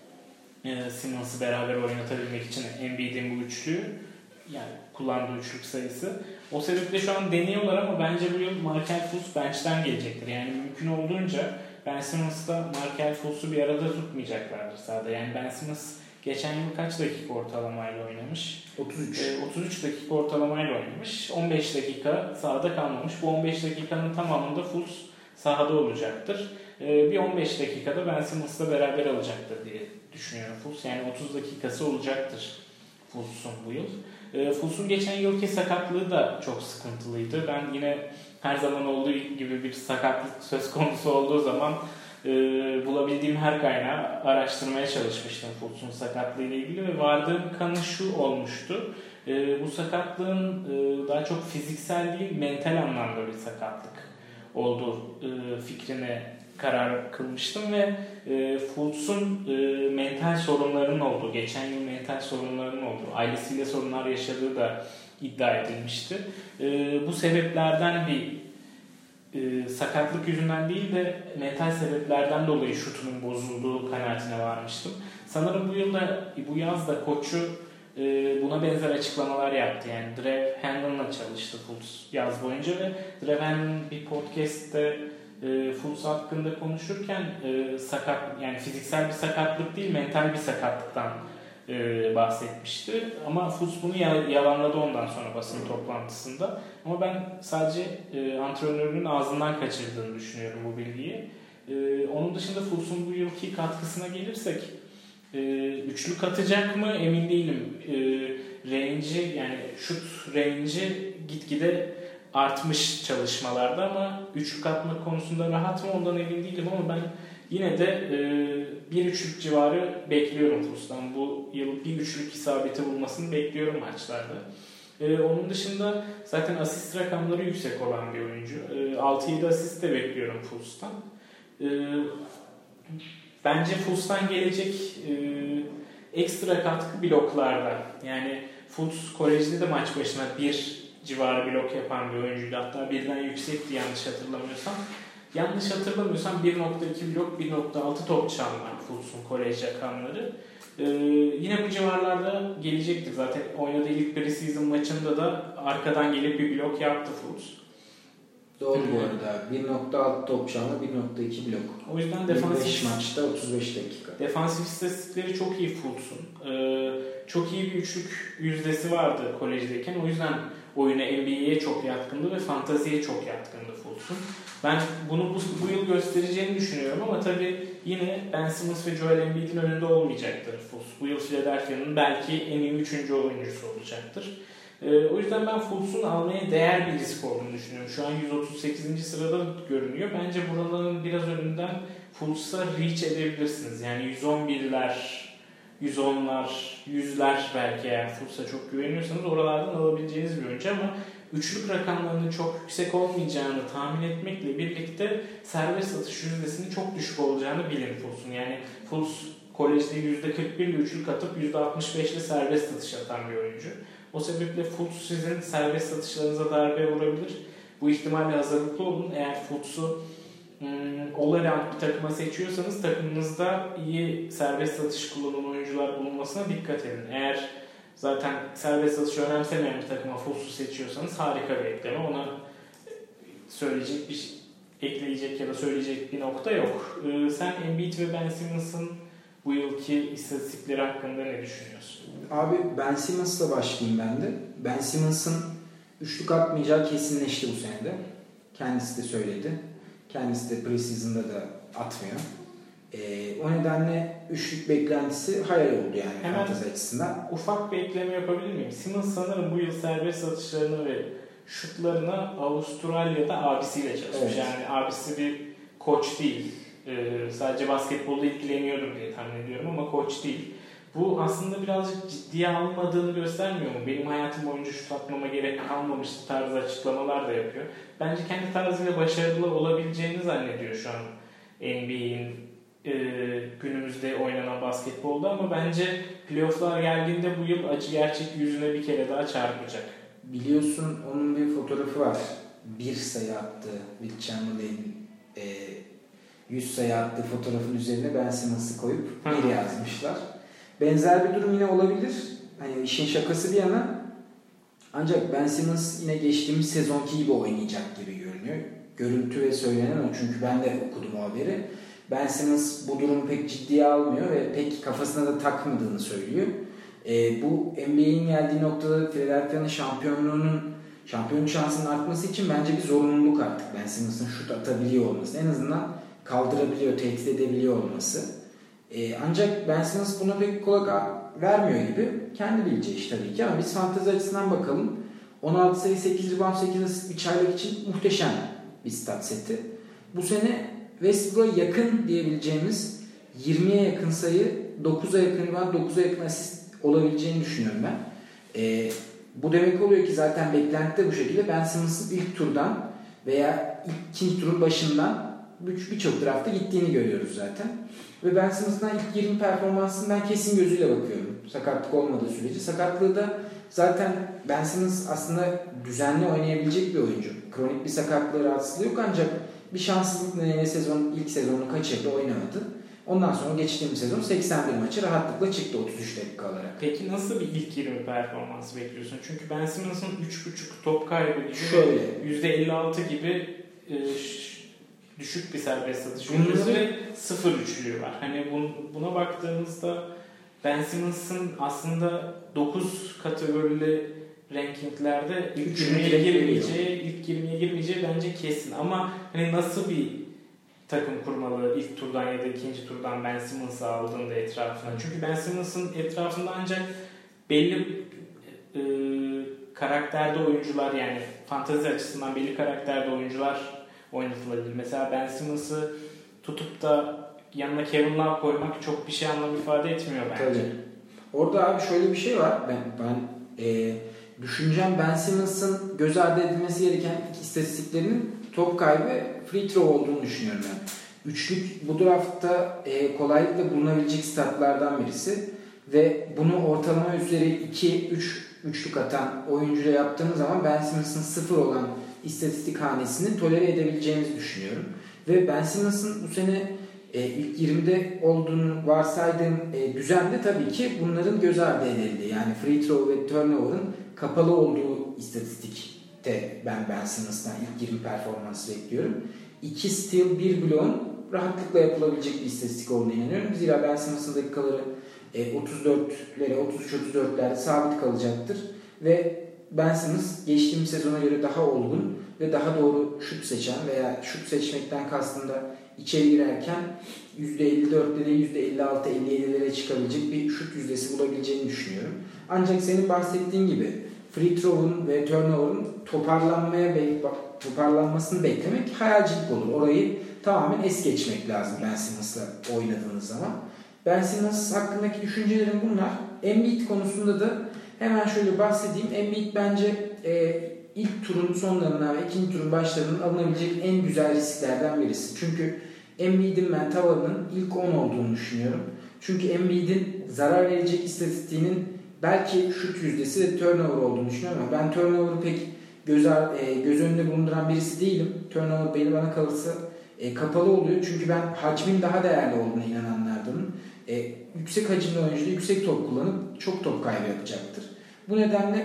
e, Simmons'ı beraber oynatabilmek için N B A'nin bu üçlüğü. Yani kullandığı üçlük sayısı. O sebeple şu an deniyorlar ama bence bu yıl Markelle Fultz bench'ten gelecektir. Yani mümkün olduğunca Ben Simmons'la Markelle Fultz'u bir arada tutmayacaklardır sahada. Yani Ben Simmons geçen yıl kaç dakika ortalamayla oynamış? otuz üç. Ee, otuz üç dakika ortalamayla oynamış. on beş dakika sahada kalmamış. Bu on beş dakikanın tamamında Fultz sahada olacaktır. Ee, bir on beş dakikada Ben Simmons'la beraber alacaktır diye düşünüyorum Fultz. Yani otuz dakikası olacaktır Fultz'un bu yıl. E, Fultz'un geçen yılki sakatlığı da çok sıkıntılıydı. Ben yine her zaman olduğu gibi bir sakatlık söz konusu olduğu zaman e, bulabildiğim her kaynağı araştırmaya çalışmıştım Fultz'un sakatlığı ile ilgili ve vardığım kanı şu olmuştu. E, bu sakatlığın e, daha çok fiziksel değil mental anlamda bir sakatlık olduğu e, fikrine karar kılmıştım ve e, Fultz'un e, mental sorunlarının olduğu, geçen yıl mental sorunlarının olduğu, ailesiyle sorunlar yaşadığı da iddia edilmişti. E, bu sebeplerden bir e, sakatlık yüzünden değil de mental sebeplerden dolayı şutunun bozulduğu kanaatine varmıştım. Sanırım bu yılda, bu yazda koçu e, buna benzer açıklamalar yaptı. Yani Drew Hanlen'la çalıştı Fultz yaz boyunca ve Drew Hanlen bir podcast'te E, Fultz hakkında konuşurken e, sakat yani fiziksel bir sakatlık değil mental bir sakatlıktan e, bahsetmişti. Ama Fultz bunu yalanladı ondan sonra basın toplantısında. Ama ben sadece e, antrenörünün ağzından kaçırdığını düşünüyorum bu bilgiyi. E, onun dışında Fultz'un bu yılki katkısına gelirsek e, üçlük atacak mı emin değilim. E, range'i yani şut range'i gitgide artmış çalışmalarda ama üçlük atma konusunda rahat mı ondan emin değilim ama ben yine de e, bir üçlük civarı bekliyorum Fultz'tan. Bu yıl bir üçlük isabeti bulmasını bekliyorum maçlarda. E, onun dışında zaten asist rakamları yüksek olan bir oyuncu. E, altı yedi asist de bekliyorum Fultz'tan. E, bence Fultz'tan gelecek e, ekstra katkı bloklarda. Yani Fultz kolejde de maç başına bir civarı blok yapan bir oyuncuydu. Hatta birden yüksekti yanlış hatırlamıyorsam. Yanlış hatırlamıyorsam bir nokta iki blok, bir nokta altı top çalma Fultz'un kolej rakamları. Ee, yine bu civarlarda gelecektir. Zaten oynadığı ilk preseason maçında da arkadan gelip bir blok yaptı Fultz. Doğru bu arada. bir nokta altı top çalma, bir nokta iki blok. O yüzden defansif beş maçta otuz beş dakika. Defansif istatistikleri çok iyi Fultz'un. Ee, çok iyi bir üçlük yüzdesi vardı kolejdeyken. O yüzden oyuna N B A'ye çok yatkındı ve fantaziye çok yatkındı Fultz'un. Ben bunu bu, bu yıl göstereceğini düşünüyorum ama tabii yine Ben Simmons ve Joel Embiid'in önünde olmayacaktır Fultz. Bu yıl Philadelphia'nın belki en iyi üçüncü oyuncusu olacaktır. Ee, o yüzden ben Fultz'un almaya değer bir risk olduğunu düşünüyorum. Şu an yüz otuz sekizinci sırada görünüyor. Bence buraların biraz önünden Fultz'a reach edebilirsiniz. Yani yüz on birler, yüz onlar, yüzler belki eğer Fultz'a çok güveniyorsanız oralardan alabileceğiniz bir oyuncu ama üçlük rakamlarının çok yüksek olmayacağını tahmin etmekle birlikte serbest satış yüzdesinin çok düşük olacağını bilin Fultz'un. Yani Fultz kolejde yüzde kırk bir ile üçlük atıp yüzde altmış beş ile serbest satış atan bir oyuncu. O sebeple Fultz sizin serbest satışlarınıza darbe vurabilir. Bu ihtimalle hazırlıklı olun. Eğer Fultz'u all around bir takıma seçiyorsanız takımınızda iyi serbest satış kullanan oyuncular bulunmasına dikkat edin. Eğer zaten serbest satışı önemsemeyen bir takıma Fultz'u seçiyorsanız harika bir ekleme. Ona söyleyecek bir ekleyecek ya da söyleyecek bir nokta yok. Ee, sen Embiid ve Ben Simmons'ın bu yılki istatistikleri hakkında ne düşünüyorsun? Abi Ben Simmons'la başlayayım ben de. Ben Simmons'ın üçlük atmayacağı kesinleşti bu senede. Kendisi de söyledi. Kendisi de preseason'da da atmıyor. Ee, o nedenle üçlük beklentisi hayal oldu yani hemen fantasy açısından. Ufak bir ekleme yapabilir miyim? Simmons sanırım bu yıl serbest satışlarını ve şutlarını Avustralya'da abisiyle çalışmış. Evet. Yani abisi bir koç değil. Ee, sadece basketbolla ilgileniyordur diye tahmin ediyorum ama koç değil. Bu aslında birazcık ciddiye almadığını göstermiyor mu? Benim hayatım boyunca şut atmama gerek kalmamıştı tarzı açıklamalar da yapıyor. Bence kendi tarzıyla başarılı olabileceğini zannediyor şu an N B A'in e, günümüzde oynanan basketbolda ama bence playoff'lar geldiğinde bu yıl acı gerçek yüzüne bir kere daha çarpacak. Biliyorsun onun bir fotoğrafı var. Bir sayı attı Will Chamberlain'in e, yüz sayı attığı fotoğrafın üzerine Ben Simmons'ı koyup bir yazmışlar. Benzer bir durum yine olabilir. Hani işin şakası bir yana. Ancak Ben Simmons yine geçtiğimiz sezonki gibi oynayacak gibi görünüyor. Görüntü ve söylenen o. Çünkü ben de okudum o haberi. Ben Simmons bu durumu pek ciddiye almıyor ve pek kafasına da takmadığını söylüyor. E, bu N B A'in geldiği noktada Philadelphia'nın şampiyonluğunun şampiyonluk şansının artması için bence bir zorunluluk artık. Ben Simmons'ın şut atabiliyor olması. En azından kaldırabiliyor, tehdit edebiliyor olması. Ee, ancak Ben Simmons buna pek kulak vermiyor gibi. Kendi bileceği iş tabii ki ama biz fantezi açısından bakalım. on altı sayı, sekiz rebound, sekiz asist bir çaylak için muhteşem bir stat seti. Bu sene Westbrook'a yakın diyebileceğimiz yirmiye yakın sayı, dokuza yakın rebound, dokuza yakın asist olabileceğini düşünüyorum ben. Ee, bu demek oluyor ki zaten beklenti de bu şekilde. Ben Simmons'ın ilk turdan veya ikinci turun başından birçok draftta gittiğini görüyoruz zaten. Ve Ben Simmons'dan ilk yirmi performansını ben kesin gözüyle bakıyorum. Sakatlık olmadığı sürece. Sakatlığı da zaten Ben Simmons aslında düzenli oynayabilecek bir oyuncu. Kronik bir sakatlığı, rahatsızlığı yok ancak bir şanssızlık nedeniyle sezon, ilk sezonunu kaçırdı, oynamadı. Ondan sonra geçtiğimiz sezon seksen bir maçı rahatlıkla çıktı otuz üç dakika alarak. Peki nasıl bir ilk yirmi performansı bekliyorsun? Çünkü Ben Simmons'ın üç buçuk top kaybı gibi yüzde elli altı gibi e, düşük bir serbest satış yüzdesi ve sıfır üçlüğü var. Hani buna baktığımızda Ben Simmons'ın aslında dokuz kategorili rankinglerde ilk yirmiye girmeyeceği, ilk yirmiye girmeyeceği bence kesin. Ama hani nasıl bir takım kurmalı ilk turdan ya da ikinci turdan Ben Simmons'ı aldığında etrafına? Çünkü Ben Simmons'ın etrafında ancak belli e, karakterde oyuncular, yani fantezi açısından belli karakterde oyuncular oynatılabilir. Mesela Ben Simmons'ı tutup da yanına Kevin Love koymak çok bir şey anlam ifade etmiyor bence. Tabii. Orada abi şöyle bir şey var. Ben ben e, düşüncem Ben Simmons'ın göz ardı edilmesi gereken istatistiklerinin top kaybı free throw olduğunu düşünüyorum ben. Üçlük bu draftta e, kolaylıkla bulunabilecek statlardan birisi ve bunu ortalama üzeri iki üç üçlük atan oyuncuyla yaptığımız zaman Ben Simmons'ın sıfır olan istatistik hanesini tolere edebileceğimizi düşünüyorum. Ve Ben Simmons'ın bu sene e, ilk yirmide olduğunu varsaydığım e, düzende tabii ki bunların göz ardı edildi. Yani free throw ve turnover'ın kapalı olduğu istatistikte ben Ben Simmons'tan ilk yirmi performansı bekliyorum. iki steal, bir bloğun rahatlıkla yapılabilecek bir istatistik olduğunu inanıyorum. Zira Ben Simmons'ın dakikaları e, otuz dörtlere, otuz üç otuz dörtlerde sabit kalacaktır. Ve Ben Simmons geçtiğimiz sezona göre daha olgun ve daha doğru şut seçen veya şut seçmekten kastında içeri girerken yüzde elli dörtte de yüzde elli altı elli yedilere çıkabilecek bir şut yüzdesi bulabileceğini düşünüyorum. Ancak senin bahsettiğin gibi free throw'un ve turnover'ın toparlanmaya toparlanmasını beklemek hayalcilik olur. Orayı tamamen es geçmek lazım Ben Simmons'la oynadığınız zaman. Ben Simmons hakkındaki düşüncelerim bunlar. Embiid konusunda da hemen şöyle bahsedeyim. Embiid bence e, ilk turun sonlarına ve ikinci turun başlarının alınabilecek en güzel risklerden birisi. Çünkü Embiid'in ben tavanının ilk on olduğunu düşünüyorum. Çünkü Embiid'in zarar verecek istatistiğinin belki şut yüzdesi ve turnover olduğunu düşünüyorum ama ben turnover'ı pek göz, e, göz önünde bulunduran birisi değilim. Turnover beni bana kalırsa e, kapalı oluyor. Çünkü ben hacmin daha değerli olduğuna inananlardanım. E, yüksek hacimli oyuncu yüksek top kullanıp çok top kaybı yapacaktır. Bu nedenle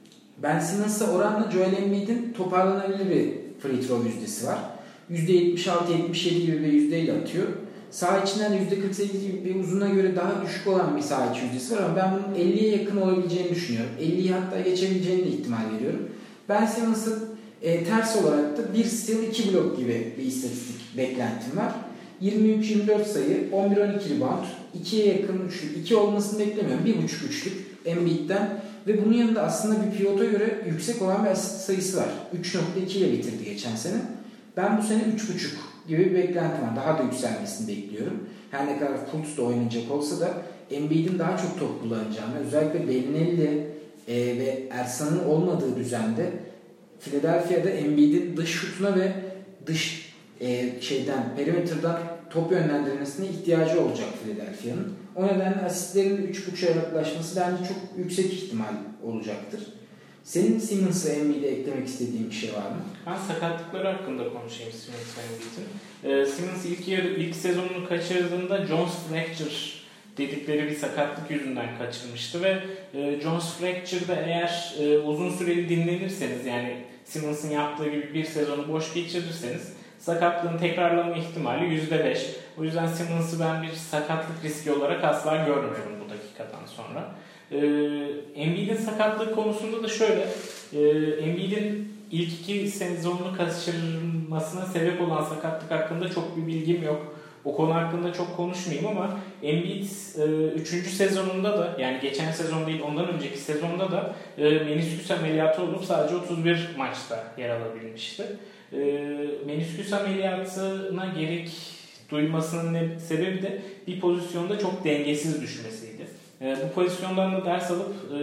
Ben Simmons'a oranla Joel Embiid'in toparlanabilir bir free throw yüzdesi var. yüzde yetmiş altı yetmiş yedi gibi bir yüzdeyle atıyor. Saha içinden yüzde kırk sekiz gibi bir uzuna göre daha düşük olan bir saha içi yüzdesi var ama ben bunun elliye yakın olabileceğini düşünüyorum. elliyi hatta geçebileceğini de ihtimal veriyorum. Ben Simmons'ın e, ters olarak da bir steal iki blok gibi bir istatistik beklentim var. yirmi üç yirmi dört sayı, on bir on iki rebound, ikiye yakın üçlük, iki olmasını beklemiyorum. bir buçuk üçlük Embiid'den ve bunun yanında aslında bir pivota göre yüksek olan bir asist sayısı var. üç nokta iki ile bitirdi geçen sene. Ben bu sene üç buçuk gibi bir beklentim var. Daha da yükselmesini bekliyorum. Her ne kadar Fultz da oynayacak olsa da Embiid'in daha çok top kullanacağını, özellikle Bellinelli e, ve Ersan'ın olmadığı düzende Philadelphia'da Embiid'in dış şutuna ve dış e, şeyden, perimeterden top yönlendirmesine ihtiyacı olacak Philadelphia'nın. O nedenle asistlerin üç buçuğa yaklaşması bence çok yüksek ihtimal olacaktır. Senin Simmons'a Embiid'e eklemek istediğin bir şey var mı? Ben sakatlıkları hakkında konuşayım Simmons ve Embiid'in. Ee, Simmons ilk, yarı, ilk sezonunu kaçırdığında Jones Fracture dedikleri bir sakatlık yüzünden kaçırmıştı ve e, Jones Fracture'da eğer e, uzun süreli dinlenirseniz, yani Simmons'ın yaptığı gibi bir sezonu boş geçirirseniz sakatlığın tekrarlama ihtimali yüzde beş. O yüzden Simmons'ı ben bir sakatlık riski olarak asla görmüyorum bu dakikadan sonra. Ee, Embiid'in sakatlığı konusunda da şöyle, e, Embiid'in ilk iki sezonunu kaçırmasına sebep olan sakatlık hakkında çok bir bilgim yok. O konu hakkında çok konuşmayayım ama Embiid üçüncü sezonunda da, yani geçen sezon değil ondan önceki sezonda da e, menisküs ameliyatı olup sadece otuz bir maçta yer alabilmişti. E, menisküs ameliyatına gerek duymasının ne, sebebi de bir pozisyonda çok dengesiz düşmesiydi. E, bu pozisyondan da ders alıp e,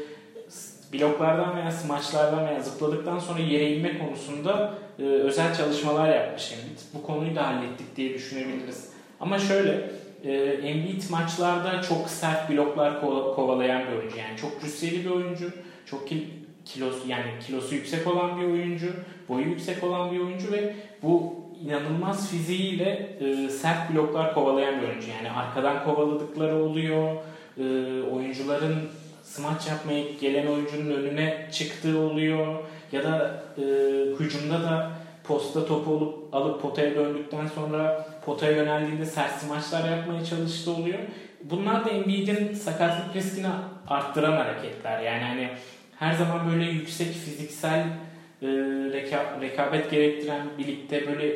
bloklardan veya smaçlardan veya zıpladıktan sonra yere inme konusunda e, özel çalışmalar yapmış Embiid. Bu konuyu da hallettik diye düşünebiliriz. Ama şöyle, e, Embiid maçlarda çok sert bloklar ko- kovalayan bir oyuncu. Yani çok cüsseli bir oyuncu, çok kil- kilosu yani kilosu yüksek olan bir oyuncu, boyu yüksek olan bir oyuncu ve bu inanılmaz fiziğiyle e, sert bloklar kovalayan bir oyuncu. Yani arkadan kovaladıkları oluyor, e, oyuncuların smaç yapmaya gelen oyuncunun önüne çıktığı oluyor ya da e, hücumda da posta topu alıp, alıp potaya döndükten sonra potaya yöneldiğinde sert smaçlar yapmaya çalıştığı oluyor. Bunlar da Embiid'in sakatlık riskini arttıran hareketler. Yani hani her zaman böyle yüksek fiziksel e, reka, rekabet gerektiren birlikte böyle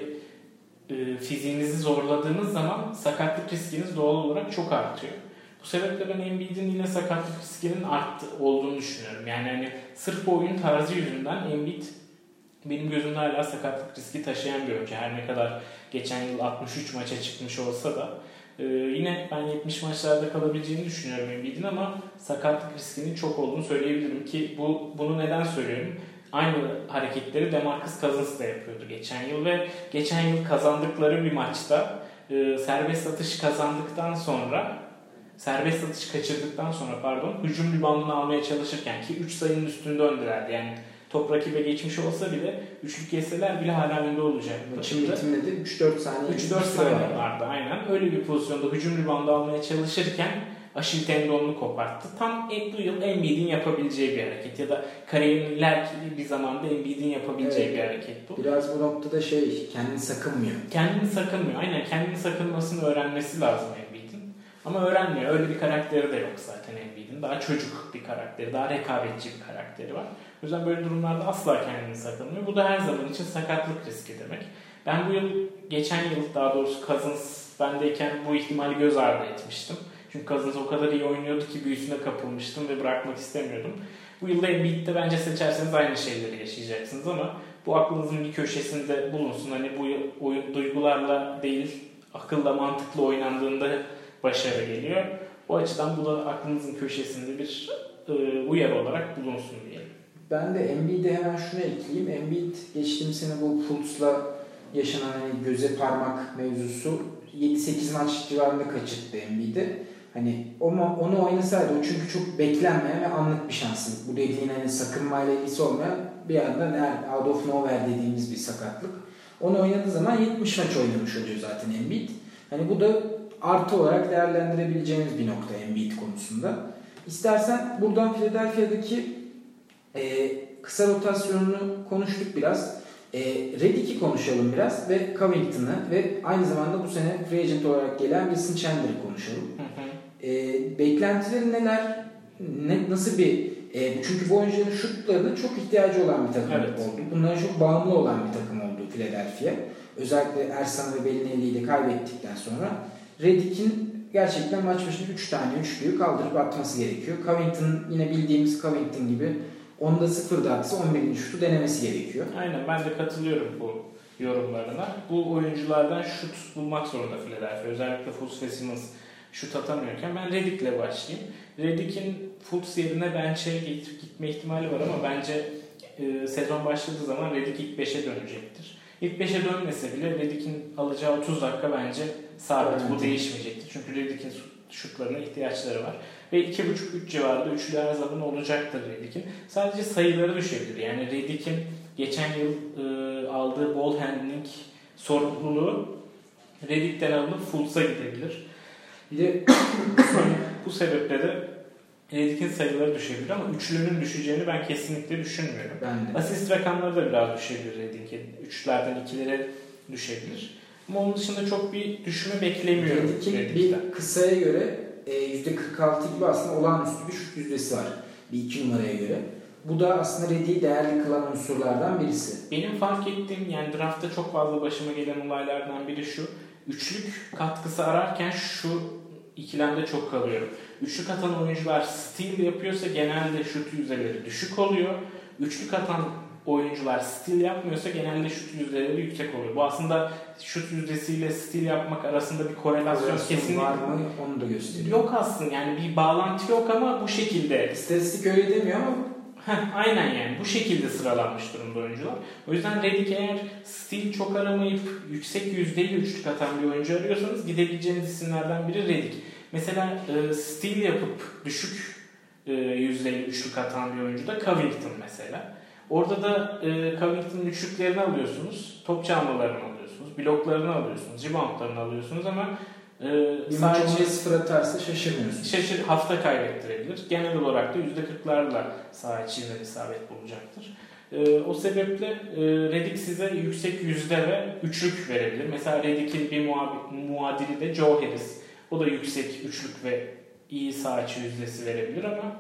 e, fiziğinizi zorladığınız zaman sakatlık riskiniz doğal olarak çok artıyor. Bu sebeple ben Embiid'in yine sakatlık riskinin arttı olduğunu düşünüyorum. Yani hani sırf bu oyun tarzı yüzünden Embiid benim gözümde hala sakatlık riski taşıyan bir oyuncu. Her ne kadar geçen yıl altmış üç maça çıkmış olsa da e, yine ben yetmiş maçlarda kalabileceğini düşünüyorum Embiid'in ama sakatlık riskinin çok olduğunu söyleyebilirim ki bu bunu neden söylüyorum? Aynı hareketleri DeMarcus Cousins da yapıyordu geçen yıl ve geçen yıl kazandıkları bir maçta e, serbest atış kazandıktan sonra serbest atış kaçırdıktan sonra pardon hücum reboundunu almaya çalışırken ki üç sayının üstünde öndelerdi. Yani top rakibe geçmiş olsa bile üçlük yeseler bile hala önde olacaktı. Maçın bitiminde de üç dört saniye üç dört saniye vardı aynen. Öyle bir pozisyonda hücum reboundu almaya çalışırken Aşil tendonunu koparttı. Tam bu yıl Embiid'in yapabileceği bir hareket ya da kariyerinin ileriki bir zamanda Embiid'in yapabileceği evet, bir hareket bu. Biraz bu noktada şey kendini sakınmıyor. Kendini sakınmıyor. Aynen kendini sakınmasını öğrenmesi lazım Embiid'in. Ama öğrenmiyor. Öyle bir karakteri de yok zaten Embiid'in. Daha çocuk bir karakteri, daha rekabetçi bir karakteri var. O yüzden böyle durumlarda asla kendini saklamıyor. Bu da her zaman için sakatlık riski demek. Ben bu yıl, geçen yıl daha doğrusu Cousins bendeyken bu ihtimali göz ardı etmiştim. Çünkü Cousins o kadar iyi oynuyordu ki büyüsüne kapılmıştım ve bırakmak istemiyordum. Bu yılda Embiid'de bence seçerseniz aynı şeyleri yaşayacaksınız ama bu aklınızın bir köşesinde bulunsun. Hani bu oyun duygularla değil, akılla, mantıklı oynandığında başarı geliyor. O açıdan bu da aklınızın köşesinde bir e, uyarı olarak bulunsun diyelim. Ben de Embiid'e hemen şunu ekleyeyim. Embiid geçtiğimiz sene bu Fultz'la yaşanan hani göze parmak mevzusu yedi sekiz maç civarında kaçırttı Embiid'i. Hani onu, onu oynasaydı o çünkü çok beklenmeyen ve anlık bir şansı. Bu dediğin hani sakınmayla ilgisi olmayan bir anda out of nowhere dediğimiz bir sakatlık. Onu oynadığı zaman yetmiş maç oynamış oluyor zaten Embiid. Hani bu da artı olarak değerlendirebileceğimiz bir nokta Embiid konusunda. İstersen buradan Philadelphia'daki e, kısa rotasyonunu konuştuk biraz. E, Redick'i konuşalım biraz ve Covington'ı ve aynı zamanda bu sene free agent olarak gelen Wilson Chandler'ı konuşalım. Hı hı. E, beklentileri neler? Ne, nasıl bir e, çünkü bu oyuncuların şutlarına çok ihtiyacı olan bir takım evet. oldu. Bunlara çok bağımlı olan bir takım oldu Philadelphia. Özellikle Ersan ve Belinelli'yi de kaybettikten sonra Redick'in gerçekten maç başına üç tane üçlüyü kaldırıp atması gerekiyor. Covington yine bildiğimiz Covington gibi onda sıfırda atsa on birinci şutu denemesi gerekiyor. Aynen ben de katılıyorum bu yorumlarına. Bu oyunculardan şut bulmak zorunda Philadelphia. Özellikle Fultz ve Simmons şut atamıyorken ben Redick'le başlayayım. Redick'in Fultz yerine bench'e gitme ihtimali var ama bence e, sezon başladığı zaman Redick ilk beşe dönecektir. İlk beşe dönmese bile Redick'in alacağı otuz dakika bence sabit. Evet. Bu değişmeyecektir. Çünkü Redick'in şutlarına ihtiyaçları var. Ve iki buçuk üç civarında üçlü her zaman olacaktır Redick'in. Sadece sayıları düşebilir. Yani Redick'in geçen yıl e, aldığı ball handling sorumluluğu Redick'ten alınıp Fultz'a gidebilir. Bir de bu sebeple de Redick'in sayıları düşebilir ama üçlünün düşeceğini ben kesinlikle düşünmüyorum. Ben de. Asist rakamları da biraz düşebilir Redick'in. Üçlerden ikilere düşebilir. Ama onun dışında çok bir düşme beklemiyorum. Redick'in bir kısaya göre yüzde kırk altı gibi aslında olağanüstü bir şut yüzdesi var. Bir iki numaraya göre. Bu da aslında Redick'i değerli kılan unsurlardan birisi. Benim fark ettiğim yani draftta çok fazla başıma gelen olaylardan biri şu. Üçlük katkısı ararken şu ikilemde çok kalıyorum. Üçlük atan oyuncular steal yapıyorsa genelde şut yüzdeleri düşük oluyor. Üçlük atan oyuncular steal yapmıyorsa genelde şut yüzdeleri yüksek oluyor. Bu aslında şut yüzdesiyle steal yapmak arasında bir korelasyon kesinlikle var mı onu da gösteriyor. Yok aslında yani bir bağlantı yok ama bu şekilde. İstatistik öyle demiyor ama Heh, aynen yani bu şekilde sıralanmış durumda oyuncular. O yüzden Redick eğer steal çok aramayıp yüksek yüzdeli üçlük atan bir oyuncu arıyorsanız gidebileceğiniz isimlerden biri Redick. Mesela e, steal yapıp düşük e, yüzdeli üçlük atan bir oyuncu da Covington mesela. Orada da e, Covington'ın üçlüklerini alıyorsunuz, top çalmalarını alıyorsunuz, bloklarını alıyorsunuz, reboundlarını alıyorsunuz ama e, sadece sıfır atarsa şaşırmıyorsunuz. Şaşır, hafta kaybettirebilir. Genel olarak da yüzde kırklarla saha içinde isabet bulacaktır. E, o sebeple e, Redick size yüksek yüzde ve üçlük verebilir. Mesela Redick'in bir muadili de Joe Harris. O da yüksek üçlük ve iyi saha içi yüzdesi verebilir ama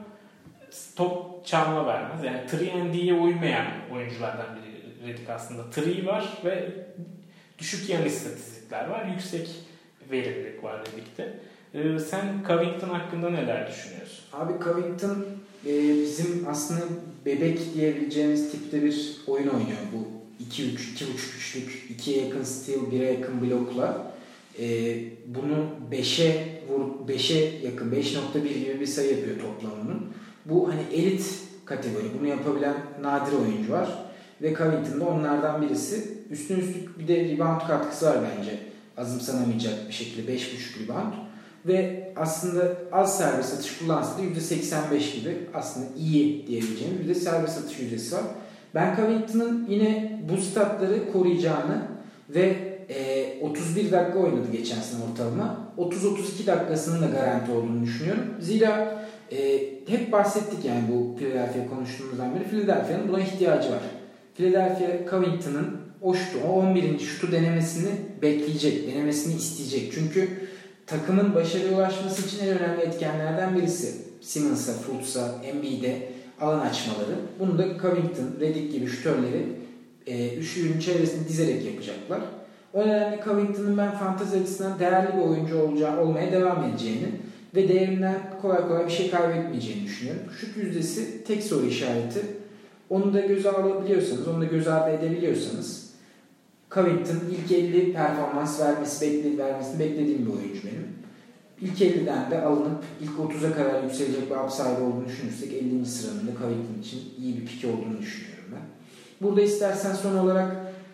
top çalma vermez. Yani üç and D'ye uymayan oyunculardan biri Redick aslında. üç var ve düşük yan istatistikler var. Yüksek verimlilik var Redick'te. Ee, sen Covington hakkında neler düşünüyorsun? Abi Covington e, bizim aslında bebek diyebileceğimiz tipte bir oyun oynuyor. Bu iki üç, iki buçuk üçlük, ikiye yakın steal, bire yakın blokla. E, bunu beşe vur, beşe yakın, beş nokta bir gibi bir sayı yapıyor toplamının. Bu hani elit kategori. Bunu yapabilen nadir oyuncu var. Ve Covington da onlardan birisi. Üstüne üstlük bir de rebound katkısı var bence. Azımsanamayacak bir şekilde beş buçuk rebound. Ve aslında az serbest atış kullansa da yüzde seksen beş gibi aslında iyi diyebileceğim bir de serbest atış yüzdesi var. Ben Covington'ın yine bu statları koruyacağını ve e, otuz bir dakika oynadı geçen sene ortalama. otuz otuz iki dakikasının da garanti olduğunu düşünüyorum. Zira e, hep bahsettik yani bu Philadelphia konuştuğumuzdan beri. Philadelphia'nın buna ihtiyacı var. Philadelphia Covington'ın o şutu, o on birinci şutu denemesini bekleyecek, denemesini isteyecek. Çünkü takımın başarıya ulaşması için en önemli etkenlerden birisi. Simmons'a, Fultz'a, Embiid'e alan açmaları. Bunu da Covington, Redick gibi şütörleri e, üçlünün çevresini dizerek yapacaklar. O nedenle Covington'ın ben fantezi açısından değerli bir oyuncu olacağı, olmaya devam edeceğini ve değerinden kolay kolay bir şey kaybetmeyeceğini düşünüyorum. Şut yüzdesi tek soru işareti. Onu da göze alabiliyorsanız, onu da göz ardı edebiliyorsanız Covington ilk elli performans vermesi, bekle, vermesini beklediğim bir oyuncu benim. İlk elliden de alınıp ilk otuza kadar yükselecek bir upside olduğunu düşünürsek ellinci sıranın da Covington için iyi bir pik olduğunu düşünüyorum ben. Burada istersen son olarak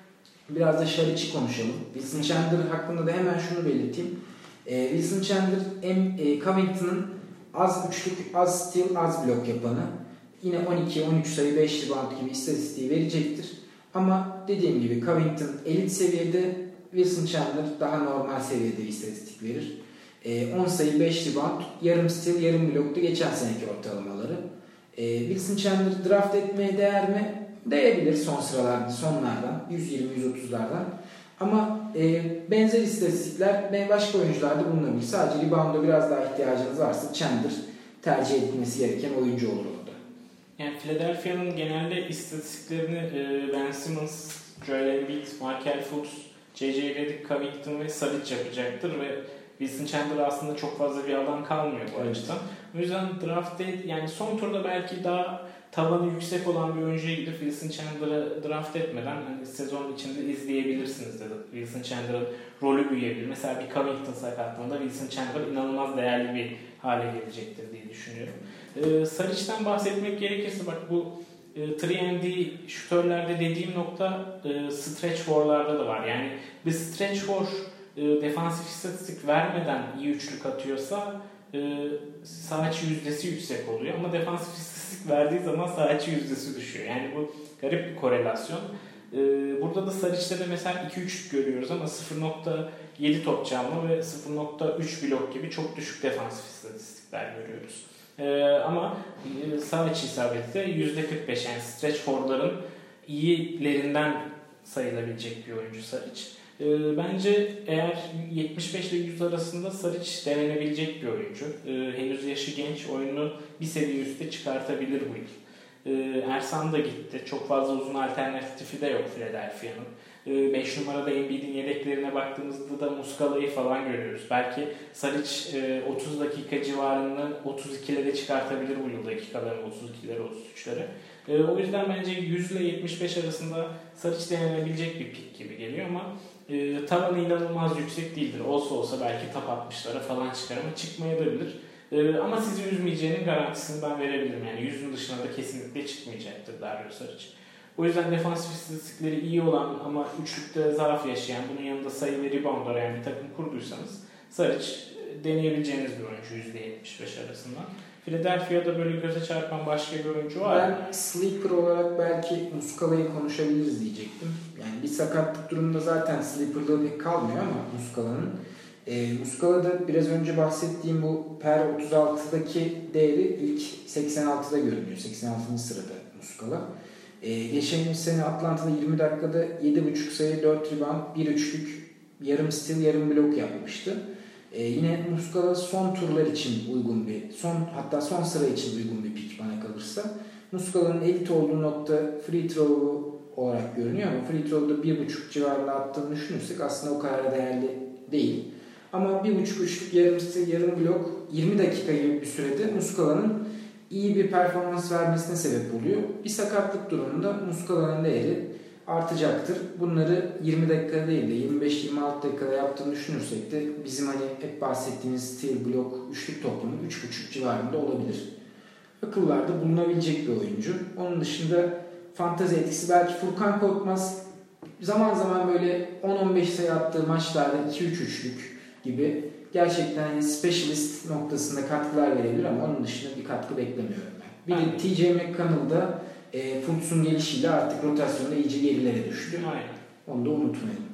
biraz da Şariç'i konuşalım. Wilson Chandler hakkında da hemen şunu belirteyim. Ee, Wilson Chandler hem e, Covington'ın az üçlük, az steal, az blok yapanı. Yine on iki on üç sayı, beş rebound gibi istatistiği verecektir. Ama dediğim gibi Covington elit seviyede, Wilson Chandler daha normal seviyede bir istatistik verir. E, on sayı, beş rebound, yarım steal, yarım blokta geçen seneki ortalamaları. E, Wilson Chandler draft etmeye değer mi? Değebilir son sıralarda, sonlardan, yüz yirmi yüz otuzlardan. Ama e, benzer istatistikler başka oyuncularda bulunabilir. Sadece rebound'a biraz daha ihtiyacınız varsa Chandler tercih edilmesi gereken oyuncu olur orada. Yani Philadelphia'nın genelde istatistiklerini e, Ben Simmons, Joel Embiid, Markelle Fultz, J J Redick, Covington ve Saric yapacaktır ve Wilson Chandler aslında çok fazla bir alan kalmıyor bu evet. açıdan. O yüzden draft'te yani son turda belki daha tavanı yüksek olan bir oyuncuya gidip Wilson Chandler'ı draft etmeden hani sezon içinde izleyebilirsiniz dedi. Wilson Chandler'ın rolü büyüyebilir. Mesela bir Covington sakatlığında Wilson Chandler inanılmaz değerli bir hale gelecektir diye düşünüyorum. Ee, Saric'ten bahsetmek gerekirse bak bu e, üç and D şütörlerde dediğim nokta e, stretch four'larda da var. Yani bir stretch four e, defansif istatistik vermeden iyi üçlük atıyorsa e, sağ içi yüzdesi yüksek oluyor ama defansif istatistik verdiği zaman sağ içi yüzdesi düşüyor. Yani bu garip bir korelasyon. E, burada da Saric'te de mesela iki üçlük görüyoruz ama sıfır nokta yedi top çalma ve sıfır nokta üç blok gibi çok düşük defansif istatistikler görüyoruz. Ee, ama sağ içi isabeti de yüzde kırk beş yani stretch four'ların iyilerinden sayılabilecek bir oyuncu Saric. Ee, bence eğer yetmiş beş ile yüz arasında Saric denenebilecek bir oyuncu. Ee, henüz yaşı genç, oyunu bir seviye üstte çıkartabilir bu yıl. Ee, Ersan da gitti. Çok fazla uzun alternatifi de yok Philadelphia'nın. beş numarada Embiid'in yedeklerine baktığımızda da Muscala'yı falan görüyoruz. Belki Saric otuz dakika civarını otuz ikilere çıkartabilir bu yıl dakikaları otuz ikilere otuz üçlere. O yüzden bence yüz ile yetmiş beş arasında Saric denenebilecek bir pik gibi geliyor ama e, tavanı inanılmaz yüksek değildir. Olsa olsa belki top altmışlara falan çıkar ama çıkmayabilir. E, ama sizi üzmeyeceğinin garantisini ben verebilirim. Yani yüzün dışına da kesinlikle çıkmayacaktır Dario Saric. O yüzden defansif istatistikleri iyi olan ama üçlükte zaaf yaşayan, bunun yanında sayı ve rebound arayan bir takım kurduysanız Saric deneyebileceğiniz bir oyuncu yüzde yetmiş beş arasında. Philadelphia'da böyle göze çarpan başka bir oyuncu var ben mı? Ben sleeper olarak belki Muscala'yı konuşabiliriz diyecektim. Yani bir sakatlık durumunda zaten sleeper'lığı pek kalmıyor ama Muscala'nın. E, Muscala'da biraz önce bahsettiğim bu per otuz altıdaki değeri ilk seksen altıda görünüyor. seksen altıncı sırada Muscala. Ee, geçen sene Atlanta'da yirmi dakikada yedi buçuk sayı, dört rebound, bir üçlük, yarım steal, yarım blok yapmıştı. Ee, yine Muscala son turlar için uygun bir, son hatta son sıra için uygun bir pick bana kalırsa. Muscala'nın elit olduğu nokta free throw olarak görünüyor ama free throw'da bir buçuk civarında attığını düşünürsek aslında o kadar değerli değil. Ama bir buçuk üçlük, yarım steal, yarım blok, yirmi dakika gibi bir sürede Muscala'nın iyi bir performans vermesine sebep oluyor. Bir sakatlık durumunda Muscala'nın değeri artacaktır. Bunları yirmi dakika değil de yirmi beş yirmi altı dakikada yaptığını düşünürsek de bizim hani hep bahsettiğimiz steal, blok, üçlük toplamı üç buçuk civarında olabilir. Akıllarda bulunabilecek bir oyuncu. Onun dışında fantezi etkisi belki Furkan Korkmaz zaman zaman böyle on on beş sayı attığı maçlarda iki üç üçlük gibi gerçekten specialist noktasında katkılar verebilir ama onun dışında bir katkı beklemiyorum ben. Bir Aynen. de T J McConnell'da e, Fultz'un gelişiyle artık rotasyonda iyice gerilere düştü. Aynen. Onu da unutmayalım.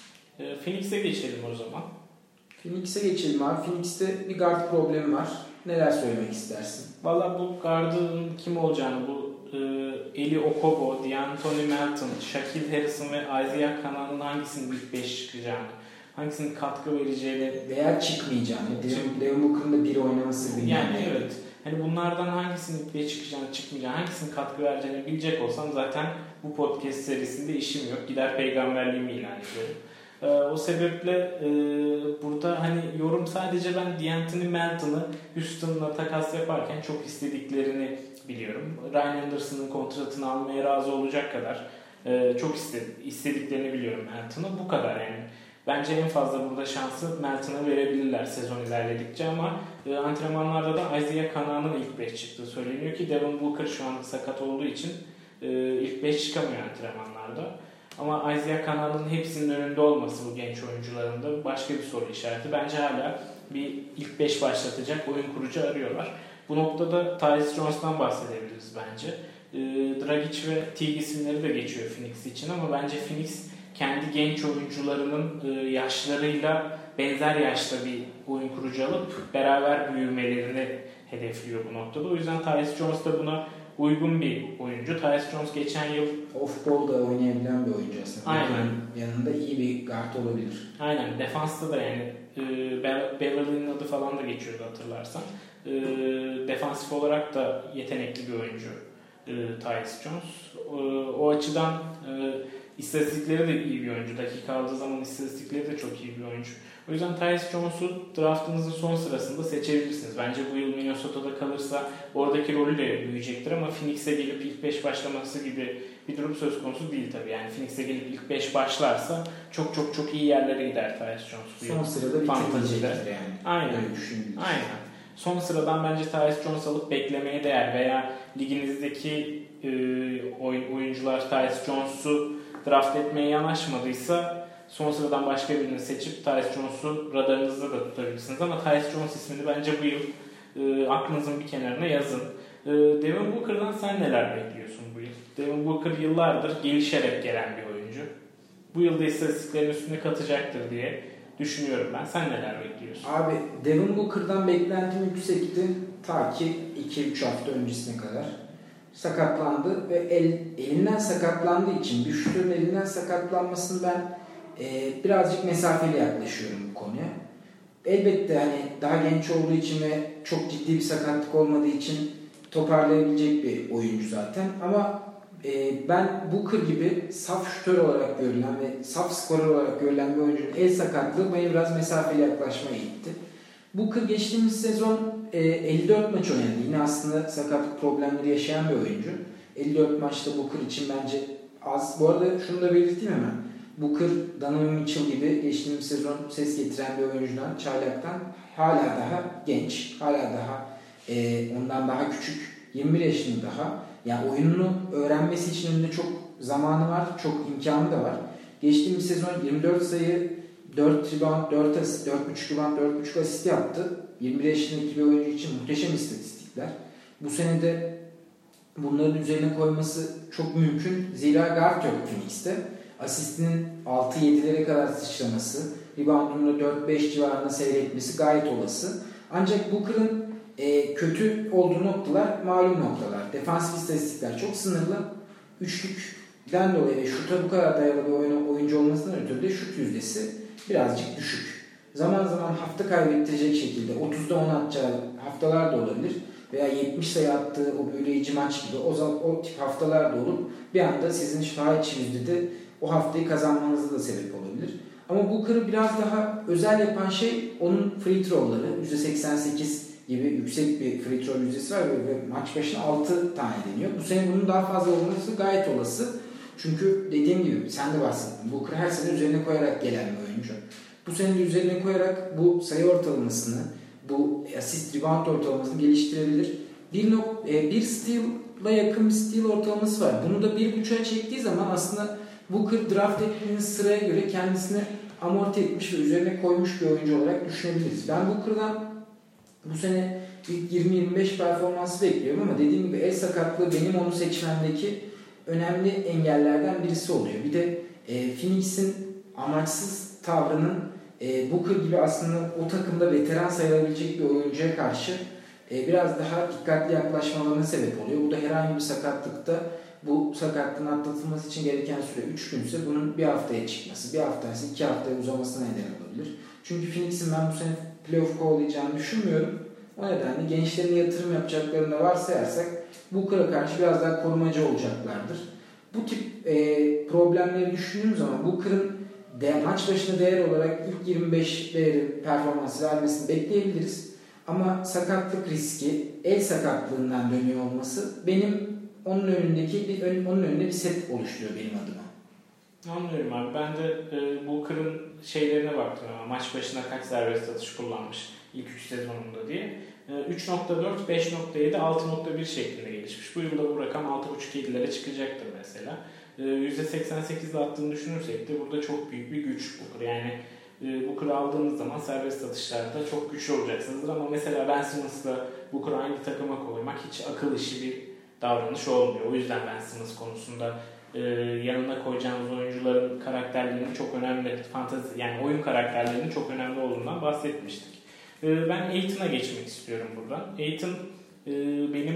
E, Phoenix'e geçelim o zaman. Phoenix'e geçelim abi. Phoenix'te bir guard problemi var. Neler söylemek istersin? Valla bu guard'ın kim olacağını, bu e, Eli Okobo, D'Anthony Melton, Shaquille Harrison ve Isaiah Canan'ın hangisinin ilk beş çıkacağını hangisinin katkı vereceğini veya çıkmayacağını, Devin Booker'ın da bir oynaması yani, yani evet. Hani bunlardan hangisinin ilk çıkacağını, çıkmayacağını, hangisinin katkı vereceğini bilecek olsam zaten bu podcast serisinde işim yok. Gider peygamberliğimi ilan ediyorum. Ee, o sebeple e, burada hani yorum sadece ben D'Anthony Melton'ı Houston'la takas yaparken çok istediklerini biliyorum. Ryan Anderson'ın kontratını almaya razı olacak kadar e, çok istediklerini biliyorum Melton'ı. Bu kadar yani. Bence en fazla burada şansı Melton'a verebilirler sezon ilerledikçe ama e, antrenmanlarda da Isaiah Kanan'ın ilk beş çıktığı söyleniyor ki Devin Booker şu an sakat olduğu için e, ilk beş çıkamıyor antrenmanlarda. Ama Isaiah Kanan'ın hepsinin önünde olması bu genç oyuncuların da başka bir soru işareti. Bence hala bir ilk beş başlatacak oyun kurucu arıyorlar. Bu noktada Tyus Jones'tan bahsedebiliriz bence. E, Dragic ve Teague isimleri de geçiyor Phoenix için ama bence Phoenix kendi genç oyuncularının e, yaşlarıyla benzer yaşta bir oyun kurucu alıp beraber büyümelerini hedefliyor bu noktada. O yüzden Tyus Jones da buna uygun bir oyuncu. Tyus Jones geçen yıl off-ball da oynayabilen bir oyuncu aslında. Aynen. Yanında iyi bir guard olabilir. Aynen. Defansta da yani e, Beverly'nin adı falan da geçiyordu hatırlarsan. E, defansif olarak da yetenekli bir oyuncu e, Tyus Jones. E, o açıdan e, İstatistikleri de iyi bir oyuncu. Dakika aldığı zaman istatistikleri de çok iyi bir oyuncu. O yüzden Tyus Jones'u draftınızın son sırasında seçebilirsiniz. Bence bu yıl Minnesota'da kalırsa oradaki rolü de büyüyecektir ama Phoenix'e gelip ilk beş başlaması gibi bir durum söz konusu değil tabii. Yani Phoenix'e gelip ilk beş başlarsa çok çok çok iyi yerlere gider Tyus Jones bu yıl. Son sırada bitirecektir yani. Aynen. Aynen. Son sıradan bence Tyus Jones alıp beklemeye değer veya liginizdeki e, oyuncular Tyus Jones'u draft etmeye yanaşmadıysa son sıradan başka birini seçip Tyus Jones'u radarınızda da tutabilirsiniz. Ama Tyus Jones ismini bence bu yıl e, aklınızın bir kenarına yazın. E, Devin Booker'dan sen neler bekliyorsun bu yıl? Devin Booker yıllardır gelişerek gelen bir oyuncu. Bu yılda istatistiklerin üstüne katacaktır diye düşünüyorum ben. Sen neler bekliyorsun? Abi Devin Booker'dan beklentim yüksekti. Ta ki iki üç hafta öncesine kadar. Sakatlandı ve el, elinden sakatlandığı için bir şutörün elinden sakatlanmasını ben e, birazcık mesafeli yaklaşıyorum bu konuya. Elbette hani daha genç olduğu için ve çok ciddi bir sakatlık olmadığı için toparlayabilecek bir oyuncu zaten. Ama e, ben Booker gibi saf şutör olarak görülen ve saf skorer olarak görülen bir oyuncunun el sakatlığı beni biraz mesafeli yaklaşmaya itti. Booker geçtiğimiz sezon e, elli dört maç oynadı. Yine aslında sakatlık problemleri yaşayan bir oyuncu. elli dört maçta Booker için bence az. Bu arada şunu da belirteyim hemen. Booker, Donovan Mitchell gibi geçtiğimiz sezon ses getiren bir oyuncudan, çaylaktan hala daha genç, hala daha e, ondan daha küçük, yirmi bir yaşında daha. Yani oyununu öğrenmesi için önünde çok zamanı var, çok imkanı da var. Geçtiğimiz sezon yirmi dört sayı, dört rebound, dört asist, dört buçuk rebound, dört buçuk asist yaptı. yirmi bir yaşındaki bir oyuncu için muhteşem istatistikler. Bu sene de bunların üzerine koyması çok mümkün. Zira guard yok Phoenix'te. Asistinin altı yedilere kadar sıçraması, reboundunda dört beş civarında seyretmesi gayet olası. Ancak Booker'ın e, kötü olduğu noktalar malum noktalar. Defansif istatistikler çok sınırlı. Üçlükten dolayı ve şuta bu kadar dayalı bir oyun, oyuncu olmasından ötürü de şut yüzdesi birazcık düşük. Zaman zaman hafta kaybettirecek şekilde otuzda on atacağı haftalar da olabilir. Veya yetmiş sayı attığı o büyüleyici maç gibi o, o tip haftalar da olup bir anda sizin şifa içi yüzdede o haftayı kazanmanıza da sebep olabilir. Ama Booker'ı biraz daha özel yapan şey onun free throw'ları. yüzde seksen sekiz gibi yüksek bir free throw yüzdesi var ve maç başına altı tane deniyor. Bu sene bunun daha fazla olması gayet olası. Çünkü dediğim gibi sen de bahsettin. Booker her sene üzerine koyarak gelen bir oyuncu. Bu sene de üzerine koyarak bu sayı ortalamasını, bu asist rebound ortalamasını geliştirebilir. Bir, nok- bir steal'la yakın bir steal ortalaması var. Bunu da bir buçuğa çektiği zaman aslında Booker draft ettiğiniz sıraya göre kendisini amorti etmiş ve üzerine koymuş bir oyuncu olarak düşünebiliriz. Ben Booker'dan bu sene ilk yirmi yirmi beş performansı bekliyorum ama dediğim gibi el sakatlığı benim onu seçmemdeki önemli engellerden birisi oluyor. Bir de e, Phoenix'in amaçsız tavrının e, Booker gibi aslında o takımda veteran sayılabilecek bir oyuncuya karşı e, biraz daha dikkatli yaklaşmalarına sebep oluyor. Bu da herhangi bir sakatlıkta bu sakatlığın atlatılması için gereken süre üç günse bunun bir haftaya çıkması, bir haftaysa iki haftaya uzamasına neden olabilir. Çünkü Phoenix'in ben bu sene playoff kovalayacağını düşünmüyorum. O nedenle gençlerin yatırım yapacaklarını da varsayarsak Booker'a karşı biraz daha korumacı olacaklardır. Bu tip e, problemleri düşündüğüm zaman Booker'ın de, maç başına değer olarak ilk yirmi beş değeri performansı vermesini bekleyebiliriz. Ama sakatlık riski, el sakatlığından dönüyor olması benim onun önündeki bir, onun önünde bir set oluşturuyor benim adıma. Anlıyorum abi. Ben de e, Booker'ın şeylerine baktım ama maç başına kaç serbest atış kullanmış ilk üç sezonunda diye. E, üç nokta dört, beş nokta yedi, altı nokta bir şeklinde gelişmiş. Bu yılda bu rakam altı buçuk yedilere çıkacaktır mesela. E, yüzde seksen sekizde attığını düşünürsek de burada çok büyük bir güç Booker. Yani e, Booker'ı aldığınız zaman serbest atışlarda çok güçlü olacaksınızdır. Ama mesela Ben Simmons'la Booker'ı aynı takıma koymak hiç akıl işi bir davranış olmuyor. O yüzden Ben Simmons konusunda Ee, yanına koyacağımız oyuncuların karakterlerinin çok önemli, fantezi yani oyun karakterlerinin çok önemli olduğundan bahsetmiştik. Ee, ben Ayton'a geçmek istiyorum buradan. Ayton e, benim